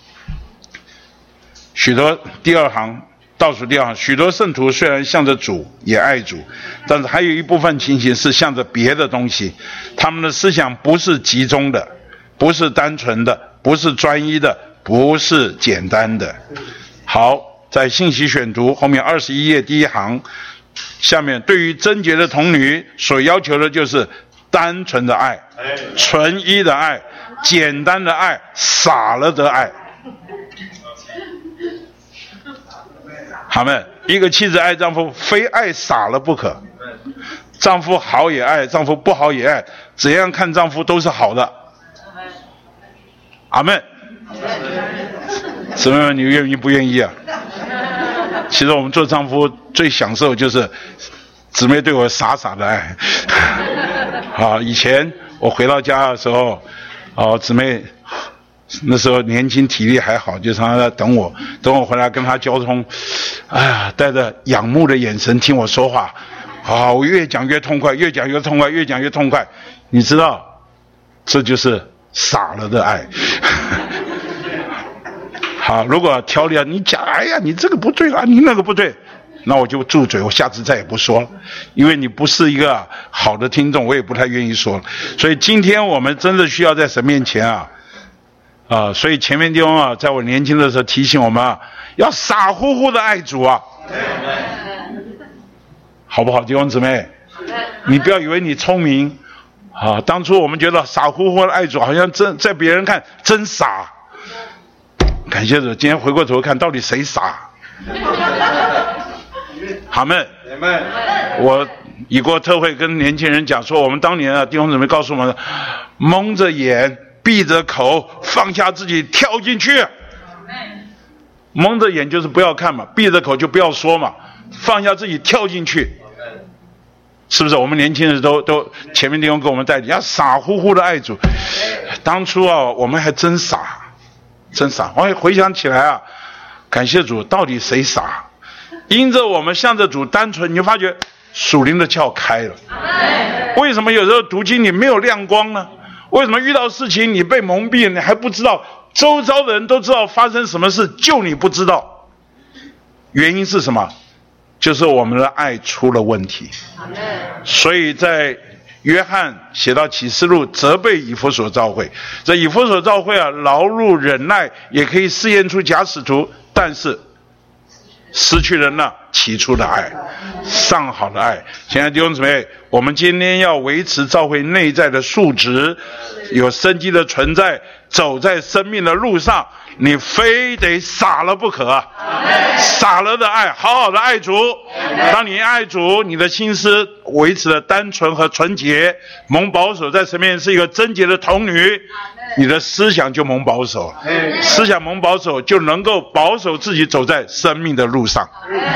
许多第二行倒数第二行，许多圣徒虽然向着主也爱主，但是还有一部分情形是向着别的东西，他们的思想不是集中的，不是单纯的，不是专一的，不是简单的。好。在信息选读后面二十一页第一行下面，对于贞洁的童女所要求的就是单纯的爱、纯一的爱、简单的爱、洒了的爱。好们，一个妻子爱丈夫，非爱洒了不可。丈夫好也爱，丈夫不好也爱，怎样看丈夫都是好的。阿们。姊妹们，你愿意不愿意啊？其实我们做丈夫最享受就是姊妹对我傻傻的爱。啊，以前我回到家的时候，哦，姊妹那时候年轻体力还好，就常常在等我，等我回来跟她交通，哎呀，带着仰慕的眼神听我说话，啊，我越讲越痛快，越讲越痛快，越讲越痛快。你知道，这就是傻了的爱。 好，如果挑理啊，你讲，哎呀，你这个不对啊，你那个不对，那我就住嘴，我下次再也不说了，因为你不是一个好的听众，我也不太愿意说了。所以今天我们真的需要在神面前啊，啊、呃，所以前面弟兄啊，在我年轻的时候提醒我们啊，要傻乎乎的爱主啊，好不好，弟兄姊妹？你不要以为你聪明啊，当初我们觉得傻乎乎的爱主，好像真在别人看真傻。感谢主，今天回过头看，到底谁傻？阿们，我以过特会跟年轻人讲说，我们当年啊，弟兄姊妹告诉我们，蒙着眼，闭着口，放下自己，跳进去。蒙着眼就是不要看嘛，闭着口就不要说嘛，放下自己，跳进去。是不是？我们年轻人都都前面弟兄给我们带领，要傻乎乎的爱主。当初啊，我们还真傻，真傻。我回想起来啊，感谢主，到底谁傻？因着我们向着主单纯，你就发觉属灵的窍开了。为什么有时候读经你没有亮光呢？为什么遇到事情你被蒙蔽，你还不知道？周遭的人都知道发生什么事，就你不知道。原因是什么？就是我们的爱出了问题。所以在约翰写到启示录，责备以弗所教会。这以弗所教会啊，劳碌忍耐，也可以试验出假使徒，但是失去了那起初的爱，上好的爱。现在弟兄姊妹，我们今天要维持教会内在的素质，有生机的存在，走在生命的路上，你非得傻了不可啊！傻了的爱，好好的爱主。当你爱主，你的心思维持了单纯和纯洁，蒙保守，在神面前是一个贞洁的童女，你的思想就蒙保守，思想蒙保守，就能够保守自己走在生命的路上。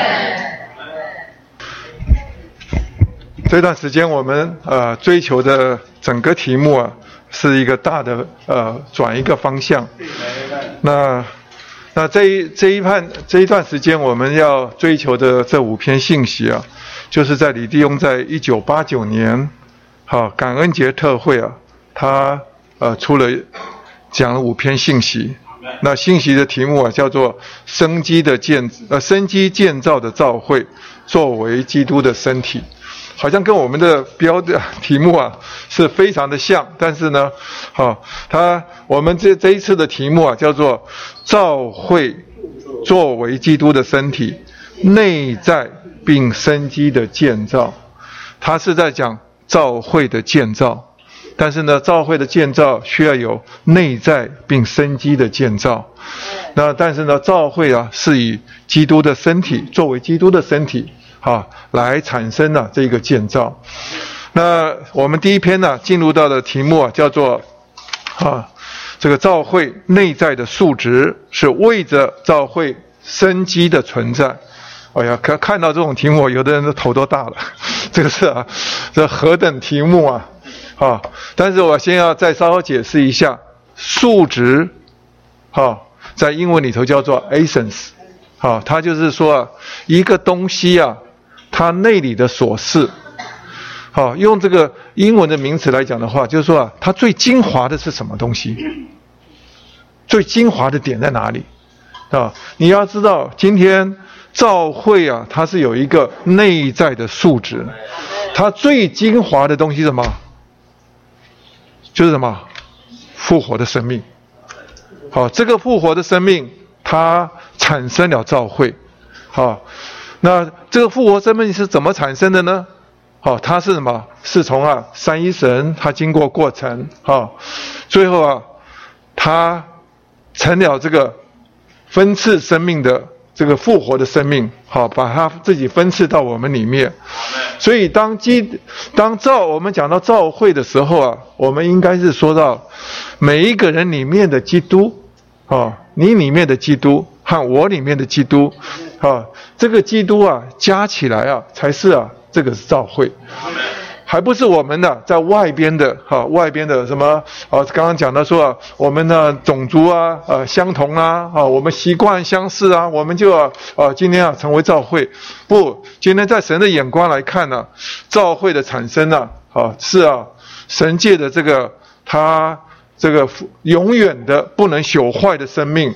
这段时间我们呃追求的整个题目啊，是一个大的呃转一个方向。那那这一这一段这一段时间我们要追求的这五篇信息啊，就是在李弟兄在一九八九年，好、啊、感恩节特会啊，他呃出了讲了五篇信息。那信息的题目啊叫做生机的建呃生机建造的教会作为基督的身体。好像跟我们的标的题目啊是非常的像，但是呢，好、哦，他我们这这一次的题目啊叫做教会作为基督的身体，内在并生机的建造。他是在讲教会的建造，但是呢，教会的建造需要有内在并生机的建造。那但是呢，教会啊是以基督的身体作为基督的身体。啊，来产生了、啊、这个建造。那我们第一篇呢、啊，进入到的题目啊，叫做啊，这个教会内在的素质是为着教会生机的存在。哎呀，可看到这种题目，有的人的头都大了。这个是啊，这何等题目啊！啊，但是我先要再稍微解释一下，素质，啊，在英文里头叫做 essence， 啊，它就是说啊，一个东西啊。它内里的所是，好，用这个英文的名词来讲的话，就是说啊，它最精华的是什么东西？最精华的点在哪里？啊，你要知道，今天教会啊，它是有一个内在的素质，它最精华的东西是什么？就是什么？复活的生命。好，这个复活的生命，它产生了教会，好。那这个复活生命是怎么产生的呢？好、哦，它是什么？是从啊三一神，它经过过程，哈、哦，最后啊，它成了这个分赐生命的这个复活的生命，好、哦，把它自己分赐到我们里面。所以当基当教我们讲到教会的时候啊，我们应该是说到每一个人里面的基督，哦，你里面的基督和我里面的基督。啊，这个基督啊，加起来啊，才是啊，这个是教会，还不是我们呢、啊，在外边的哈、啊，外边的什么啊？刚刚讲到说啊，我们的种族啊，呃、啊，相同啊，啊，我们习惯相似啊，我们就啊，啊，今天啊，成为教会。不，今天在神的眼光来看呢、啊，教会的产生呢、啊，啊，是啊，神界的这个他这个永远的不能朽坏的生命。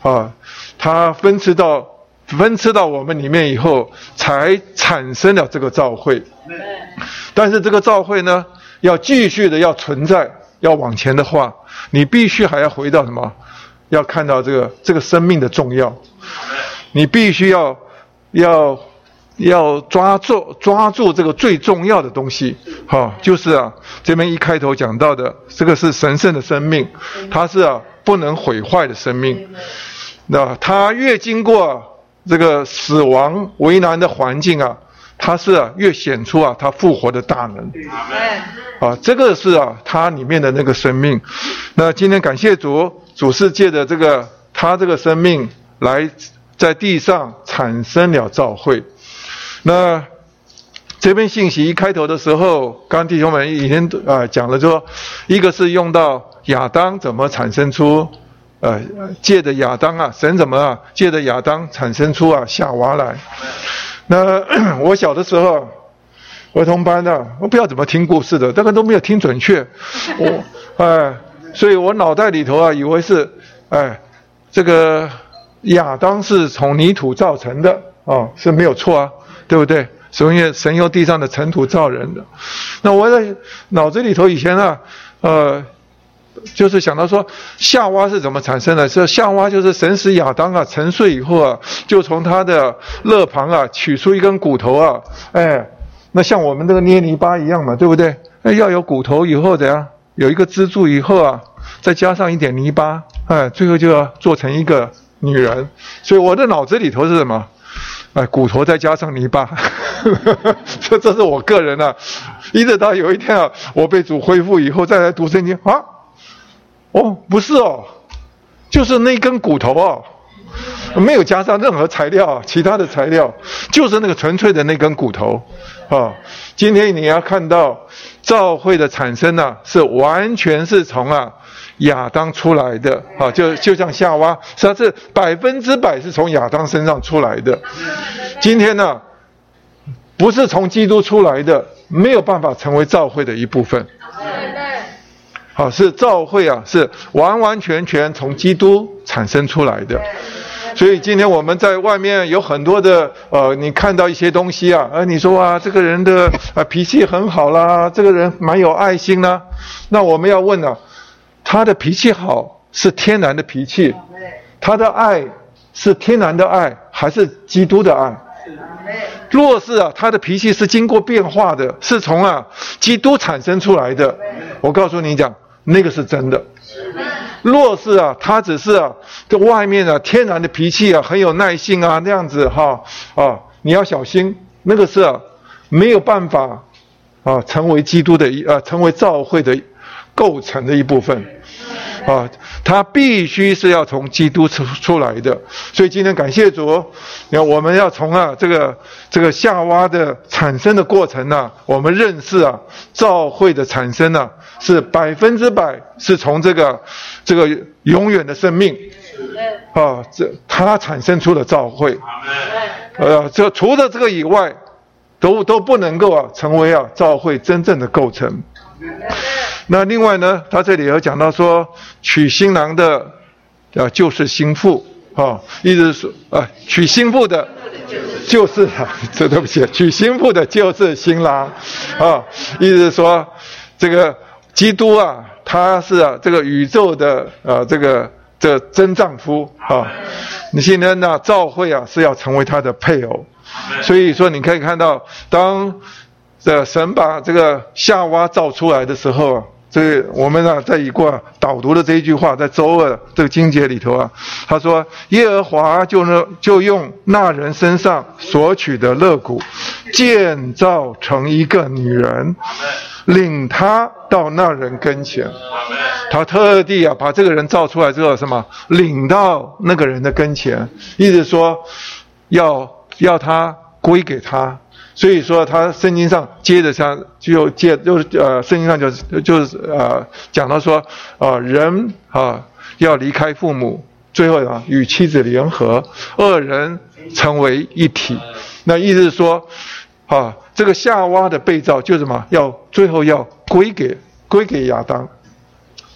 啊，他分赐到分赐到我们里面以后，才产生了这个召会。但是这个召会呢，要继续的要存在，要往前的话，你必须还要回到什么？要看到这个这个生命的重要，你必须要要要抓住抓住这个最重要的东西，哈、哦，就是啊，这边一开头讲到的，这个是神圣的生命，它是啊不能毁坏的生命。那它越经过这个死亡为难的环境啊，它是啊越显出啊它复活的大能。啊，这个是啊它里面的那个生命。那今天感谢主，主是借着这个他这个生命来在地上产生了召会。那这篇信息一开头的时候，刚刚弟兄们已经啊、呃、讲了说，一个是用到亚当怎么产生出，呃，借着亚当啊，神怎么啊，借着亚当产生出啊夏娃来。那我小的时候，儿童班的、啊，我不知道怎么听故事的，这个都没有听准确，我哎、呃，所以我脑袋里头啊，以为是哎、呃，这个亚当是从泥土造成的啊，是没有错啊。对不对？所以神用地上的尘土造人的。那我在脑子里头以前啊，呃，就是想到说，夏娃是怎么产生的？是夏娃就是神使亚当啊沉睡以后啊，就从他的肋旁啊取出一根骨头啊，哎，那像我们这个捏泥巴一样嘛，对不对？哎，要有骨头以后怎样？有一个支柱以后啊，再加上一点泥巴，哎，最后就要做成一个女人。所以我的脑子里头是什么？哎，骨头再加上泥巴，这这是我个人啊。一直到有一天啊，我被主恢复以后，再来读圣经啊，哦，不是哦，就是那根骨头哦，没有加上任何材料，其他的材料，就是那个纯粹的那根骨头啊。今天你要看到召会的产生啊，是完全是从啊亚当出来的啊，就就像夏娃，实际上是百分之百是从亚当身上出来的。今天呢，不是从基督出来的，没有办法成为召会的一部分。好，是召会啊，是完完全全从基督产生出来的。所以今天我们在外面有很多的呃，你看到一些东西啊，呃，你说啊，这个人的呃脾气很好啦，这个人蛮有爱心啦，那我们要问啊，他的脾气好是天然的脾气，他的爱是天然的爱还是基督的爱？若是啊，他的脾气是经过变化的，是从啊基督产生出来的，我告诉你讲，那个是真的。若是啊，他只是啊，这外面啊天然的脾气啊，很有耐性啊，那样子哈啊，你要小心，那个是啊没有办法啊成为基督的一啊成为召会的构成的一部分啊，他必须是要从基督出出来的。所以今天感谢主，你看我们要从啊这个这个夏娃的产生的过程呢、啊，我们认识啊召会的产生呢、啊，是百分之百是从这个这个永远的生命啊，这它产生出了召会。呃，这除了这个以外，都都不能够啊成为啊召会真正的构成。那另外呢，他这里有讲到说，娶新郎的，啊，就是新妇啊，意思是说，啊，娶新妇的，就是啊，这对不起，娶新妇的就是新郎，啊，意思是说，这个基督啊，他是啊，这个宇宙的呃，这个这真丈夫啊，你现在呢，召会啊是要成为他的配偶，所以说你可以看到，当这神把这个夏娃造出来的时候啊，这个我们啊在一过导读的这一句话，在周二这个经节里头啊，他说耶和华就呢就用那人身上所取的肋骨建造成一个女人，领他到那人跟前。他特地啊把这个人造出来之后，什么领到那个人的跟前，意思说要要他归给他。所以说他圣经上接着像就接就是呃圣经上就就是呃讲到说呃人啊要离开父母，最后啊与妻子联合，二人成为一体。那意思是说啊这个夏娃的被造就是什么，要最后要归给归给亚当。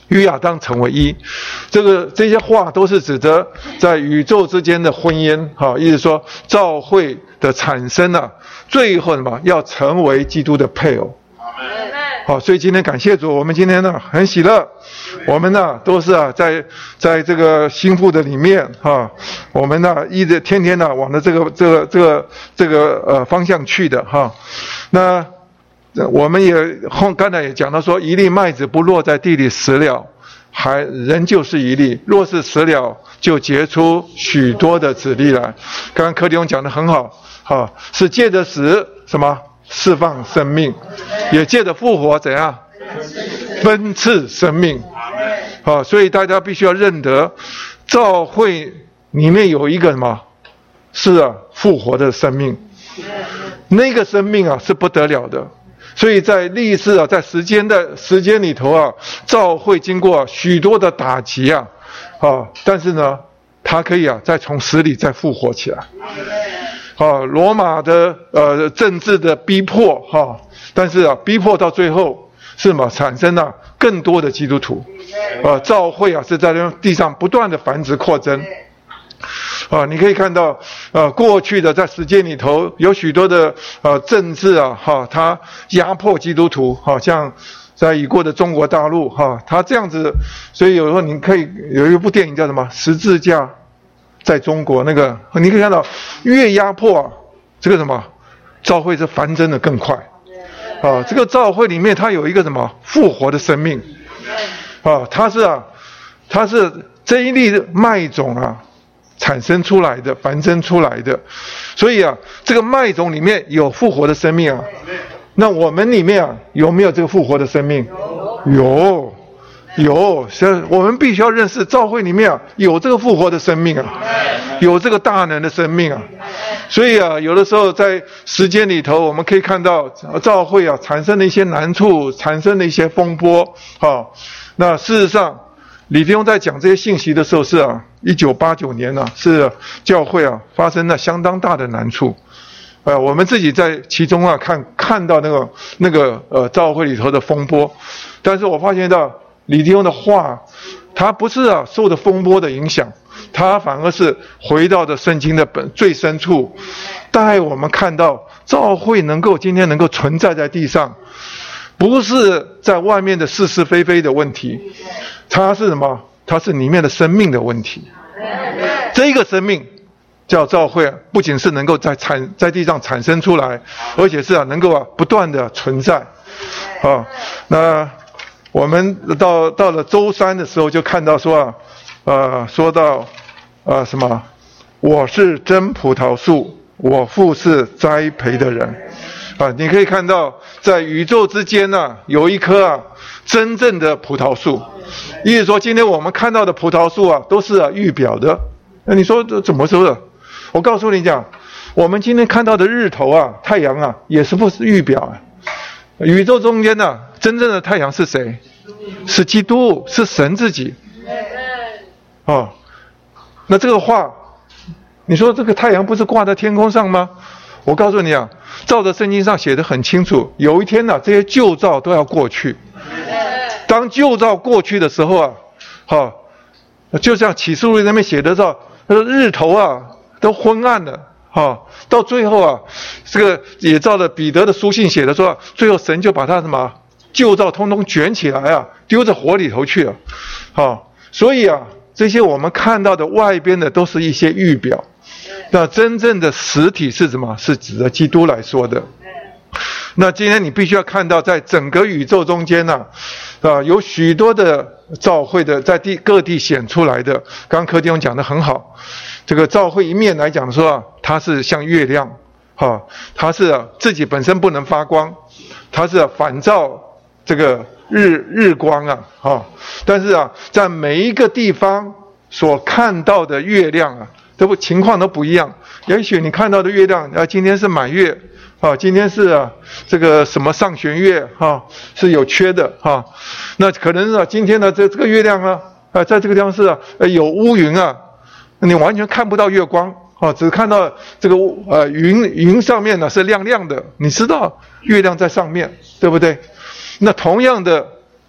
与亚当成为一。这个这些话都是指着在宇宙之间的婚姻，哈、哦，意思说教会的产生啊，最后什么要成为基督的配偶。好、哦，所以今天感谢主，我们今天呢很喜乐，我们呢都是啊在在这个心腹的里面哈、哦，我们呢一直天天呢往着这个这个这个这个呃方向去的哈、哦。那我们也后刚才也讲到说，一粒麦子不落在地里死了，还仍旧是一粒；若是死了，就结出许多的子粒来。刚刚柯弟兄讲得很好，哈，是借着死什么释放生命，也借着复活怎样分赐生命。啊，所以大家必须要认得，教会里面有一个什么，是啊复活的生命，那个生命啊是不得了的。所以在历史啊，在时间的时间里头啊，教会经过许多的打击啊，啊，但是呢，它可以啊，再从死里再复活起来。啊，罗马的呃政治的逼迫哈、啊，但是啊，逼迫到最后是嘛，产生了更多的基督徒，啊，教会啊是在地上不断的繁殖扩增。啊，你可以看到，呃，过去的在时间里头有许多的呃政治啊，哈，它压迫基督徒，哈，像在已过的中国大陆，哈，它这样子，所以有时候你可以有一部电影叫什么《十字架在中国》，那个你可以看到，越压迫啊，这个什么教会是繁增的更快，啊，这个教会里面它有一个什么复活的生命，啊，它是啊，它是这一粒麦种啊。产生出来的，繁殖出来的，所以啊，这个麦种里面有复活的生命啊。那我们里面啊，有没有这个复活的生命？有，有。所以我们必须要认识，教会里面啊，有这个复活的生命啊，有这个大能的生命啊。所以啊，有的时候在时间里头，我们可以看到教会啊产生的一些难处，产生的一些风波啊。那事实上，李弟兄在讲这些信息的时候是啊，一九八九年啊，是教会啊发生了相当大的难处，呃，我们自己在其中啊看看到那个那个呃教会里头的风波，但是我发现到李弟兄的话，他不是啊受的风波的影响，他反而是回到的圣经的本最深处，带我们看到教会能够今天能够存在在地上，不是在外面的是是非非的问题。它是什么？它是里面的生命的问题。这个生命叫教会，不仅是能够在产在地上产生出来，而且是啊能够啊不断的存在。啊，那我们到到了周三的时候就看到说啊，呃，说到呃什么？我是真葡萄树，我父是栽培的人。啊，你可以看到在宇宙之间呢、啊，有一棵啊真正的葡萄树。意思说，今天我们看到的葡萄树啊，都是啊预表的。那你说这怎么说的？我告诉你讲，我们今天看到的日头啊、太阳啊，也是不是预表啊？宇宙中间呢、啊，真正的太阳是谁？是基督，是神自己。哦，那这个话，你说这个太阳不是挂在天空上吗？我告诉你啊，照着圣经上写的很清楚，有一天呢、啊，这些旧照都要过去。当旧照过去的时候啊，哈、哦，就像启示录那边写的照，他说日头啊都昏暗了，哈、哦，到最后啊，这个也照着彼得的书信写的说，最后神就把他什么旧照通通卷起来啊，丢在火里头去了，哈、哦，所以啊，这些我们看到的外边的都是一些预表。那真正的实体是什么？是指着基督来说的。那今天你必须要看到，在整个宇宙中间呢、啊，啊，有许多的教会的在地各地显出来的。刚刚柯弟兄讲得很好，这个教会一面来讲说啊，它是像月亮，哈、啊，它是、啊、自己本身不能发光，它是、啊、反照这个日日光啊，哈、啊，但是啊，在每一个地方所看到的月亮啊。都不情况都不一样，也许你看到的月亮啊，今天是满月，啊，今天是啊这个什么上弦月哈、啊，是有缺的哈、啊，那可能是啊今天的这这个月亮啊，啊在这个地方是啊有乌云啊，你完全看不到月光啊，只看到这个呃云云上面呢是亮亮的，你知道月亮在上面，对不对？那同样的。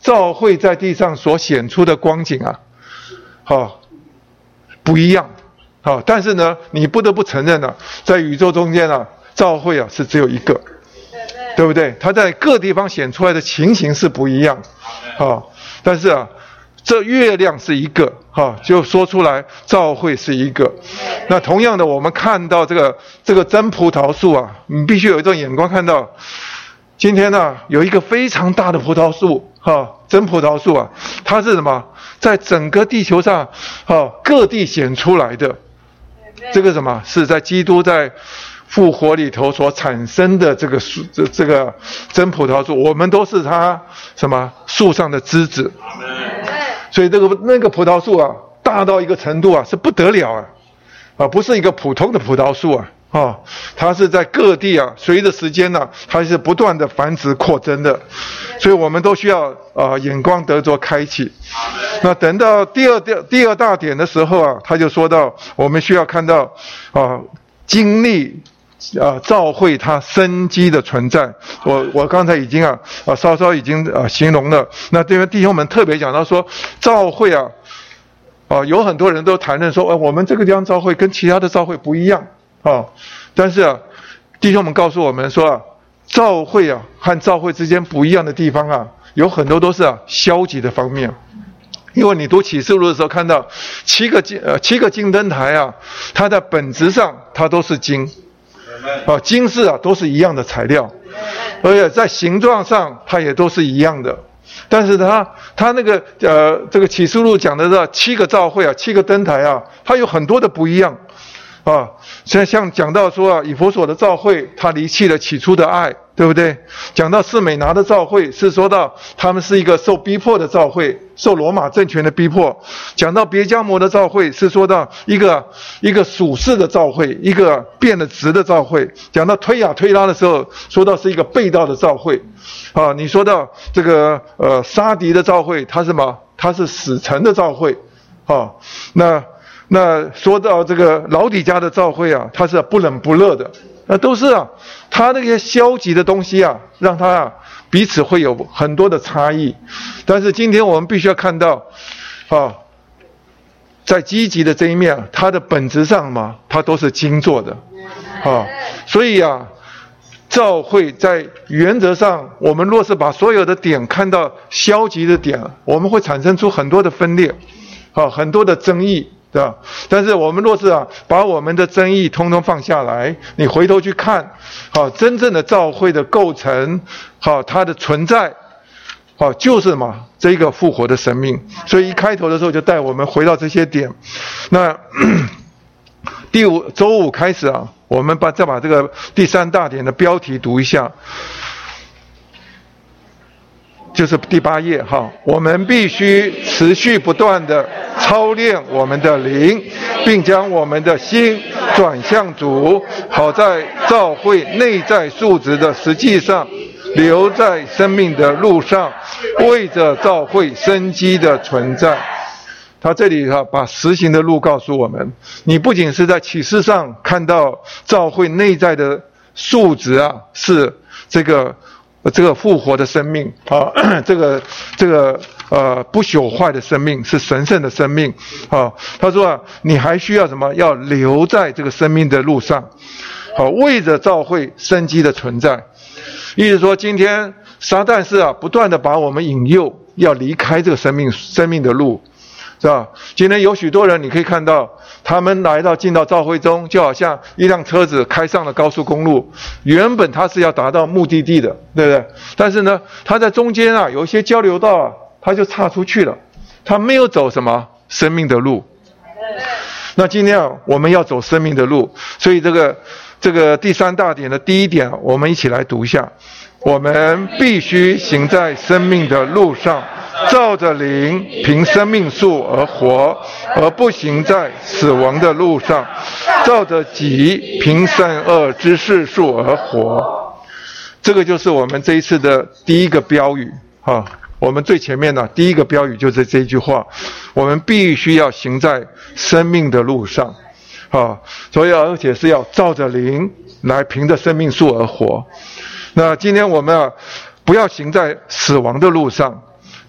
教会在地上所显出的光景啊，好、哦、不一样，好、哦，但是呢，你不得不承认啊，在宇宙中间啊，教会啊是只有一个，对不对？它在各地方显出来的情形是不一样，好、哦，但是啊，这月亮是一个，哈、哦，就说出来教会是一个。那同样的，我们看到这个这个真葡萄树啊，你必须有一种眼光看到。今天呢、啊，有一个非常大的葡萄树，哈、哦，真葡萄树啊，它是什么？在整个地球上，哈、哦，各地显出来的。这个什么？是在基督在复活里头所产生的这个树，这这个真葡萄树，我们都是它什么树上的枝子。所以这个那个葡萄树啊，大到一个程度啊，是不得了啊，啊，不是一个普通的葡萄树啊。哦，它是在各地啊，随着时间呢、啊，它是不断的繁殖扩增的，所以我们都需要啊、呃、眼光得着开启。那等到第二第二大点的时候啊，他就说到我们需要看到啊、呃、经历啊教会它生机的存在。我我刚才已经啊啊稍稍已经啊形容了。那这边弟兄们特别讲到说，教会啊啊有很多人都谈论说，呃我们这个地方教会跟其他的教会不一样。啊，但是啊，弟兄们告诉我们说啊，教会啊和教会之间不一样的地方啊，有很多都是啊消极的方面。因为你读启示录的时候看到七个金呃七个金灯台啊，它的本质上它都是金，啊金饰啊都是一样的材料，而且在形状上它也都是一样的。但是它它那个呃这个启示录讲的这七个教会啊，七个灯台啊，它有很多的不一样。啊，现在像讲到说啊，以弗所的教会，他离弃了起初的爱，对不对？讲到士美拿的教会，是说到他们是一个受逼迫的教会，受罗马政权的逼迫。讲到别迦摩的教会，是说到一个一个属世的教会，一个变了质的教会。讲到推雅推拉的时候，说到是一个背道的教会。啊，你说到这个呃沙迪的教会，它是什么？它是死沉的教会。啊，那。那说到这个老底家的教会啊，它是不冷不热的，那都是啊，它那些消极的东西啊，让它啊彼此会有很多的差异。但是今天我们必须要看到，啊，在积极的这一面，它的本质上嘛，它都是金做的，啊，所以啊，教会在原则上，我们若是把所有的点看到消极的点，我们会产生出很多的分裂，啊，很多的争议。对吧？但是我们若是啊，把我们的争议通通放下来，你回头去看，好，真正的教会的构成，好，它的存在，好，就是嘛，这个复活的生命。所以一开头的时候就带我们回到这些点。那第五周五开始啊，我们把再把这个第三大点的标题读一下。就是第八页哈，我们必须持续不断的操练我们的灵，并将我们的心转向主，好在教会内在素质的实际上留在生命的路上，为着教会生机的存在。他这里哈把实行的路告诉我们，你不仅是在启示上看到教会内在的素质啊，是这个。这个复活的生命啊，这个这个呃不朽坏的生命是神圣的生命啊。他说啊，你还需要什么？要留在这个生命的路上，好，为着教会生机的存在。意思说，今天撒旦是啊，不断的把我们引诱，要离开这个生命生命的路，是吧？今天有许多人，你可以看到，他们来到进到教会中，就好像一辆车子开上了高速公路，原本他是要达到目的地的，对不对？但是呢，他在中间啊，有一些交流道啊，他就岔出去了，他没有走什么生命的路。那今天啊，我们要走生命的路，所以这个这个第三大点的第一点，我们一起来读一下：我们必须行在生命的路上。照着灵凭生命树而活，而不行在死亡的路上；照着己凭善恶之事树而活。这个就是我们这一次的第一个标语啊。我们最前面呢，第一个标语就是这句话：我们必须要行在生命的路上啊，所以而且是要照着灵来凭着生命树而活。那今天我们啊，不要行在死亡的路上。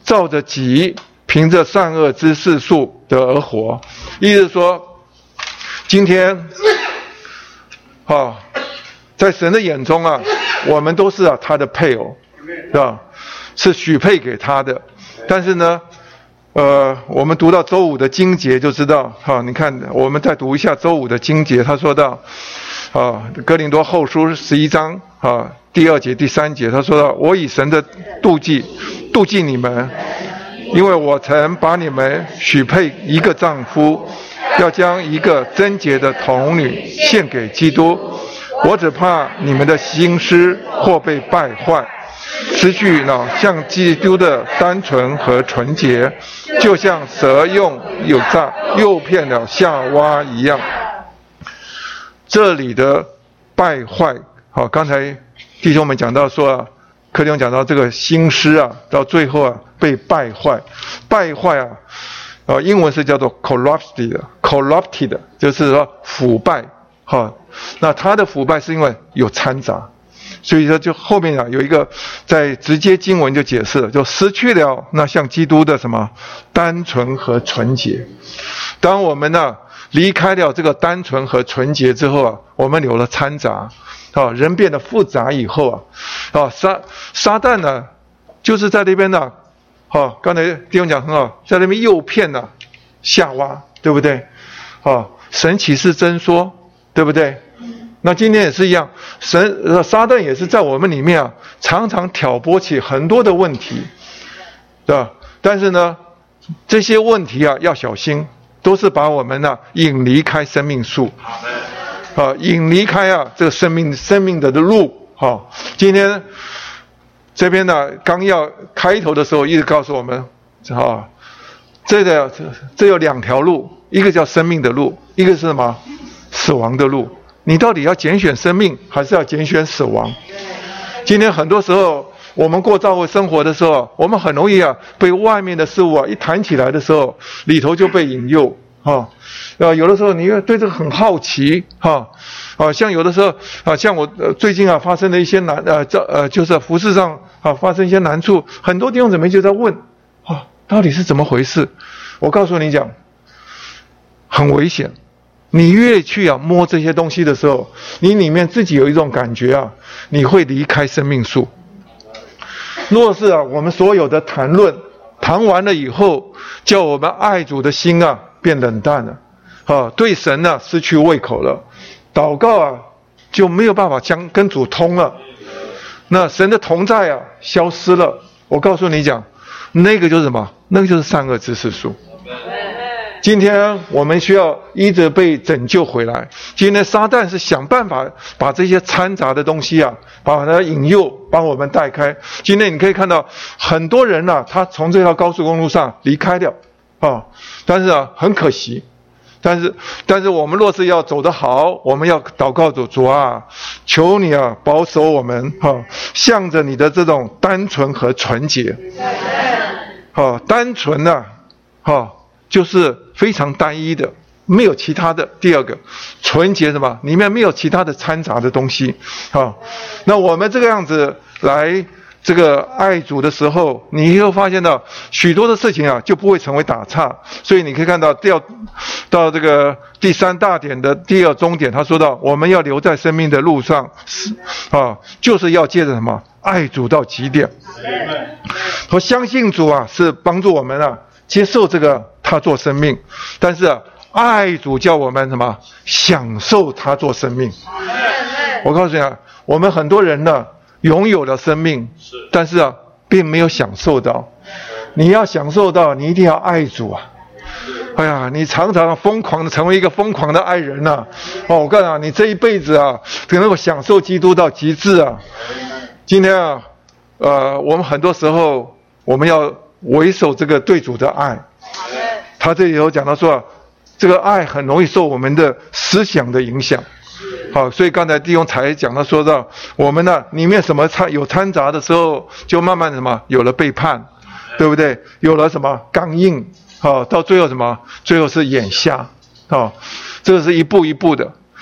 照着己，凭着善恶之世数的而活。意思是说，今天，啊，在神的眼中啊，我们都是啊他的配偶，是吧？是许配给他的。但是呢，呃，我们读到周五的经节就知道，哈、啊，你看，我们再读一下周五的经节，他说到，啊，哥林多后书十一章啊第二节第三节，他说到，我以神的妒忌妒忌你们，因为我曾把你们许配一个丈夫，要将一个贞洁的童女献给基督。我只怕你们的心思或被败坏，失去了像基督的单纯和纯洁，就像蛇用有诈诱骗了夏娃一样。这里的败坏，好，刚才弟兄们讲到说啊，柯弟兄讲到这个心思啊，到最后啊被败坏，败坏啊，呃，英文是叫做 corrupted，corrupted 就是说腐败，哈，那它的腐败是因为有掺杂。所以说，就后面啊有一个在直接经文就解释了，就失去了那像基督的什么单纯和纯洁。当我们呢离开了这个单纯和纯洁之后啊，我们有了掺杂，啊，人变得复杂以后啊，啊撒撒旦呢就是在那边呢，啊，刚才弟兄讲很好，在那边诱骗呢夏娃，对不对？啊，神启示真说，对不对？那今天也是一样，神呃撒旦也是在我们里面啊，常常挑拨起很多的问题，对吧？但是呢，这些问题啊要小心，都是把我们呢、啊、引离开生命树，啊，引离开啊这个生命生命的的路。哈、啊，今天这边呢刚要开头的时候，一直告诉我们，啊，这个这有两条路，一个叫生命的路，一个是什么？死亡的路。你到底要拣选生命，还是要拣选死亡？今天很多时候，我们过教会生活的时候，我们很容易啊，被外面的事物啊一谈起来的时候，里头就被引诱啊。呃，有的时候你对这个很好奇哈，啊，像有的时候啊，像我呃最近啊发生了一些难呃这呃就是服事上啊发生一些难处，很多弟兄姊妹就在问啊，到底是怎么回事？我告诉你讲，很危险。你越去啊摸这些东西的时候，你里面自己有一种感觉啊，你会离开生命树。若是啊我们所有的谈论谈完了以后，叫我们爱主的心啊变冷淡了，啊，对神呢、啊、失去胃口了，祷告啊就没有办法将跟主通了，那神的同在啊消失了。我告诉你讲，那个就是什么？那个就是善恶知识树。今天我们需要一直被拯救回来。今天撒旦是想办法把这些掺杂的东西啊，把它引诱，把我们带开。今天你可以看到很多人啊，他从这条高速公路上离开了啊，但是啊，很可惜。但是，但是我们若是要走得好，我们要祷告主，主啊，求你啊，保守我们哈、啊，向着你的这种单纯和纯洁。好、啊，单纯啊，哈、啊。就是非常单一的，没有其他的。第二个，纯洁什么？里面没有其他的掺杂的东西。啊，那我们这个样子来这个爱主的时候，你会发现到许多的事情啊，就不会成为打岔。所以你可以看到掉到这个第三大点的第二终点，他说到我们要留在生命的路上，啊，就是要借着什么？爱主到极点。和相信主啊，是帮助我们啊接受这个。他做生命，但是啊，爱主叫我们什么？享受他做生命。我告诉你啊，我们很多人呢，拥有了生命，但是啊，并没有享受到。你要享受到，你一定要爱主啊！哎呀，你常常疯狂的成为一个疯狂的爱人呐、啊！哦，我告诉你，你这一辈子啊，才能够享受基督到极致啊！今天啊，呃，我们很多时候我们要维守这个对主的爱。他这里头讲到说、啊，这个爱很容易受我们的思想的影响。好，所以刚才弟兄才讲到说到，我们呢里面什么掺有掺杂的时候，就慢慢什么有了背叛，对不对？有了什么刚硬，好，到最后什么？最后是眼瞎，好，这个是一步一步的。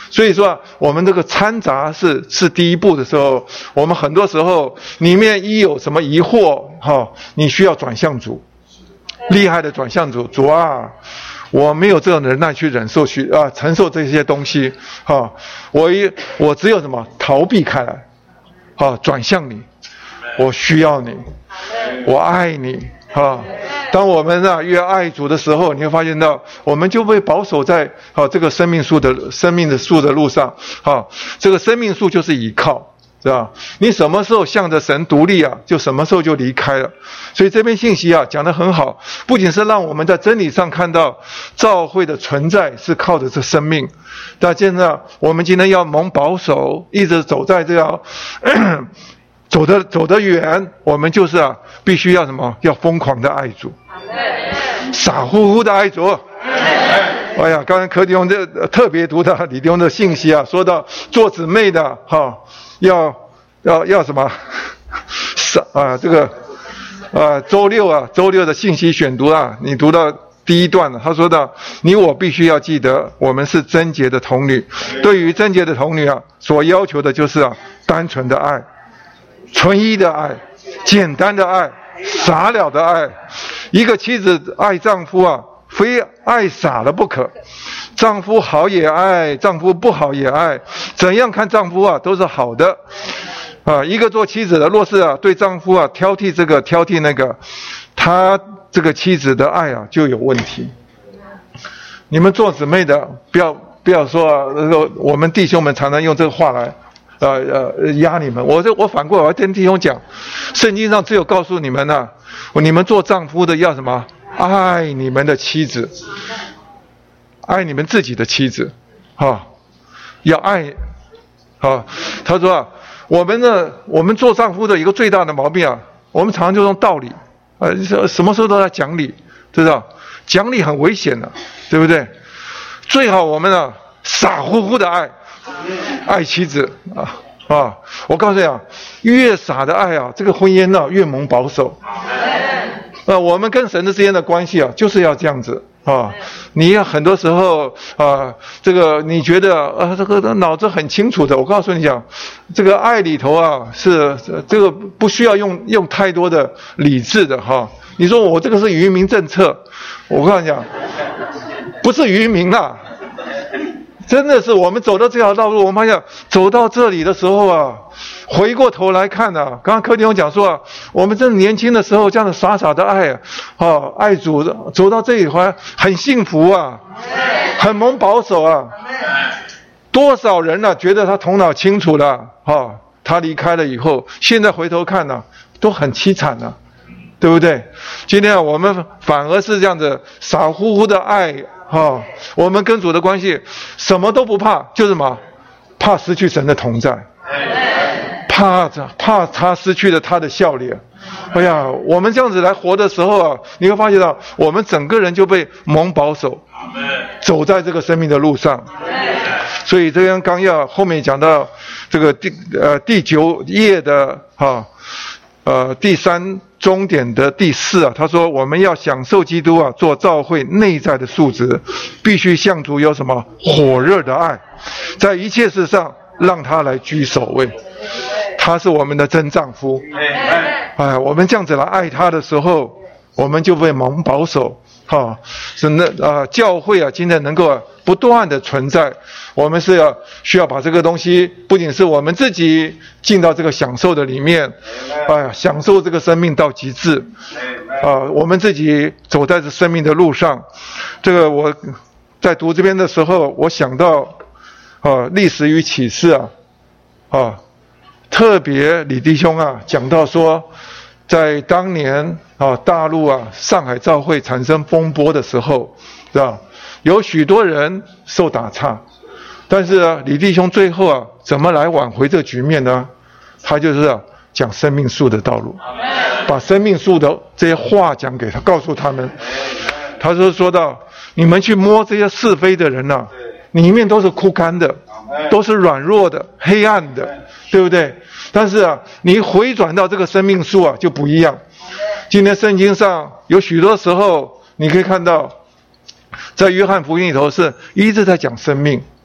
所以说啊，我们这个掺杂是是第一步的时候，我们很多时候里面一有什么疑惑哈、哦，你需要转向主，厉害的转向主，主啊，我没有这种忍耐去忍受去啊承受这些东西哈、哦，我一我只有什么逃避开来，哈、哦，转向你，我需要你，我爱你哈。当我们啊越爱主的时候，你会发现到我们就被保守在啊这个生命树的生命的树的路上啊，这个生命树就是依靠，是吧？你什么时候向着神独立啊，就什么时候就离开了。所以这篇信息啊讲得很好，不仅是让我们在真理上看到教会的存在是靠着这生命，但现在我们今天要蒙保守，一直走在这样。走得走得远，我们就是啊，必须要什么？要疯狂的爱主，傻乎乎的爱主。哎呀，刚才柯弟兄这特别读的李弟兄的信息啊，说到做姊妹的哈、哦，要要要什么？傻啊，这个啊，周六啊，周六的信息选读啊，你读到第一段了，他说到你我必须要记得，我们是贞洁的童女。对于贞洁的童女啊，所要求的就是啊，单纯的爱。纯一的爱，简单的爱，傻了的爱。一个妻子爱丈夫啊，非爱傻了不可。丈夫好也爱，丈夫不好也爱。怎样看丈夫啊，都是好的。啊，一个做妻子的，若是啊对丈夫啊挑剔这个挑剔那个，他这个妻子的爱啊就有问题。你们做姊妹的，不要不要说啊，我们弟兄们常常用这个话来。呃呃，压你们！我这我反过来我要跟弟兄讲，圣经上只有告诉你们呢、啊，你们做丈夫的要什么？爱你们的妻子，爱你们自己的妻子，哈、哦，要爱，啊、哦，他说啊，我们呢，我们做丈夫的一个最大的毛病啊，我们常常就用道理，啊，什么时候都在讲理，知道？讲理很危险的、啊，对不对？最好我们呢、啊，傻乎乎的爱。爱妻子啊啊！我告诉你啊，越傻的爱啊，这个婚姻呢、啊、越蒙保守。啊，我们跟神的之间的关系啊，就是要这样子啊。你要很多时候啊，这个你觉得啊，这个脑子很清楚的，我告诉你讲，这个爱里头啊，是这个不需要用用太多的理智的哈、啊。你说我这个是愚民政策，我告诉你讲，不是愚民啊。真的是我们走到这条道路，我们发现走到这里的时候啊，回过头来看啊，刚刚柯弟兄讲说啊，我们这年轻的时候这样的傻傻的爱啊，啊爱主的，走到这里回来很幸福啊，很蒙保守啊。多少人呢、啊、觉得他头脑清楚了啊，他离开了以后，现在回头看呢、啊，都很凄惨啊，对不对？今天啊，我们反而是这样子傻乎乎的爱。哈、哦，我们跟主的关系什么都不怕，就是什么？怕失去神的同在，怕怕他失去了他的笑脸。哎呀，我们这样子来活的时候啊，你会发现到我们整个人就被蒙保守，走在这个生命的路上。所以这边纲要后面讲到这个第呃第九页的哈。哦呃，第三终点的第四啊，他说我们要享受基督啊，做教会内在的素质，必须向主有什么火热的爱，在一切事上让他来居首位，他是我们的真丈夫。哎，我们这样子来爱他的时候，我们就被蒙保守。哈、哦，是那啊、呃，教会啊，今天能够、啊、不断的存在，我们是要需要把这个东西，不仅是我们自己进到这个享受的里面，哎、呃，享受这个生命到极致，啊、呃，我们自己走在这生命的路上。这个我在读这边的时候，我想到啊，《历史与启示》啊，啊，特别李弟兄啊讲到说，在当年啊，大陆啊，上海教会产生风波的时候，是吧？有许多人受打岔，但是啊，李弟兄最后啊，怎么来挽回这个局面呢？他就是啊，讲生命树的道路，把生命树的这些话讲给他，告诉他们。他说说到，你们去摸这些是非的人啊，里面都是枯干的，都是软弱的、黑暗的，对不对？但是啊，你回转到这个生命树啊，就不一样。今天圣经上有许多时候，你可以看到，在约翰福音里头是一直在讲生命，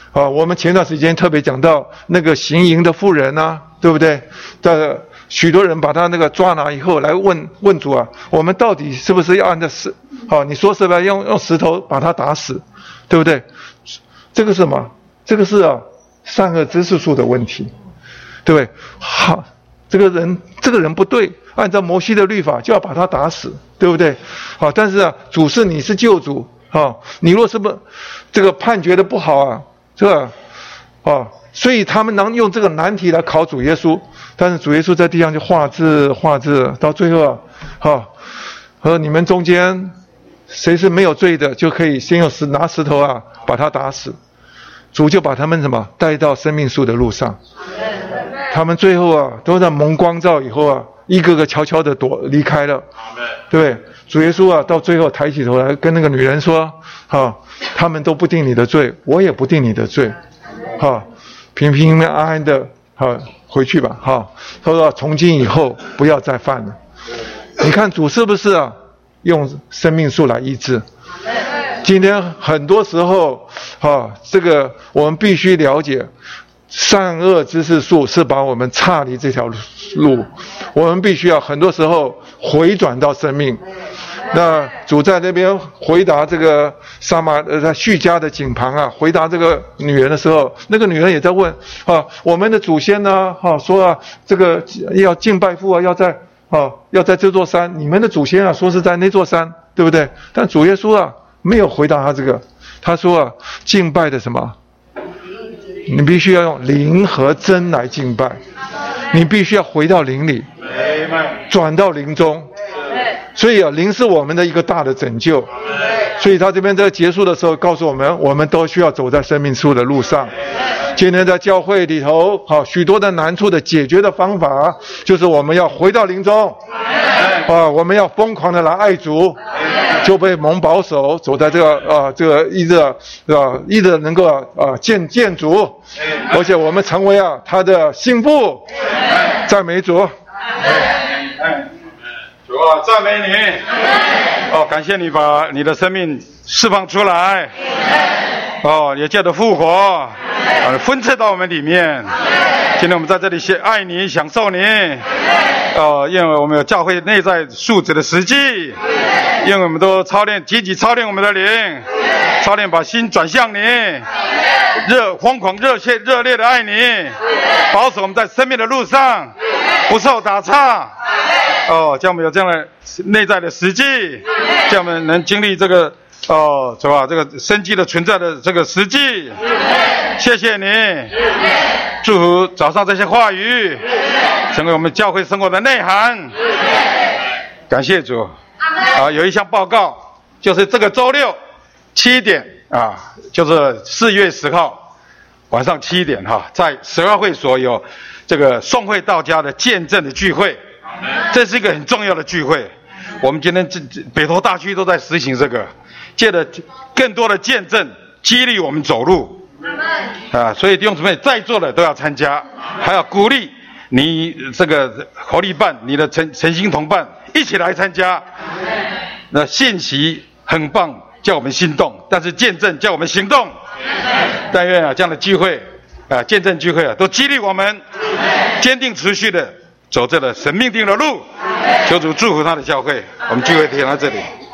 啊，我们前段时间特别讲到那个行淫的妇人啊，对不对？的许多人把他那个抓拿以后来问问主啊，我们到底是不是要按照石？好，你说是吧？用用石头把他打死，对不对？这个是什么？这个是啊善恶知识树的问题，对不对？好，这个人这个人不对，按照摩西的律法就要把他打死，对不对？好，但是啊，主是你是救主，啊，你若是不这个判决的不好啊，这个啊，所以他们能用这个难题来考主耶稣，但是主耶稣在地上就画字画字，到最后啊，哈，和你们中间谁是没有罪的，就可以先用石拿石头啊把他打死。主就把他们什么带到生命树的路上，他们最后啊都在蒙光照以后啊，一个个悄悄的躲离开了，对不对？主耶稣啊到最后抬起头来跟那个女人说，哈，他们都不定你的罪，我也不定你的罪，哈，平平安安的，哈，回去吧，哈。他说从今以后不要再犯了。你看主是不是啊用生命树来医治？今天很多时候，啊，这个我们必须了解，善恶知识树是把我们岔离这条路，我们必须要很多时候回转到生命。那主在那边回答这个撒玛呃叙加的井旁啊，回答这个女人的时候，那个女人也在问啊，我们的祖先呢，哈、啊、说啊，这个要敬拜父啊，要在啊要在这座山，你们的祖先啊说是在那座山，对不对？但主耶稣啊没有回答他这个，他说啊，敬拜的什么？你必须要用灵和真来敬拜，你必须要回到灵里，转到灵中。所以啊，灵是我们的一个大的拯救。所以他这边在结束的时候告诉我们，我们都需要走在生命树的路上。今天在教会里头，好许多的难处的解决的方法，就是我们要回到灵中，啊，我们要疯狂的来爱主，就被蒙保守，走在这个啊这个一直啊一直能够啊见见主，而且我们成为啊他的心腹，赞美主。 主啊，赞美你！哦，感谢你把你的生命释放出来，哦，也借着复活，啊，分赐到我们里面。今天我们在这里先爱你，享受你，哦，因为我们有教会内在素质的实际，因为我们都操练，积极操练我们的灵，操练把心转向你，热疯狂、热切、热烈的爱你，保守我们在生命的路上不受打岔。哦，叫我们有这样的内在的实际，叫我们能经历这个哦，是吧？这个生机的存在的这个实际。谢谢你，祝福早上这些话语成为我们教会生活的内涵。感谢主。啊，有一项报告，就是这个周六七点啊，就是四月十号晚上七点哈、啊，在十二会所有这个宋会道家的见证的聚会。这是一个很重要的聚会，我们今天这北投大区都在实行这个，借着更多的见证激励我们走路啊，所以弟兄姊妹在座的都要参加，还要鼓励你这个活力办，你的诚诚心同伴一起来参加。那信息很棒，叫我们心动，但是见证叫我们行动。但愿啊这样的聚会啊，见证聚会啊，都激励我们坚定持续的走这个神命定的路，求主祝福他的教会。我们聚会停到这里。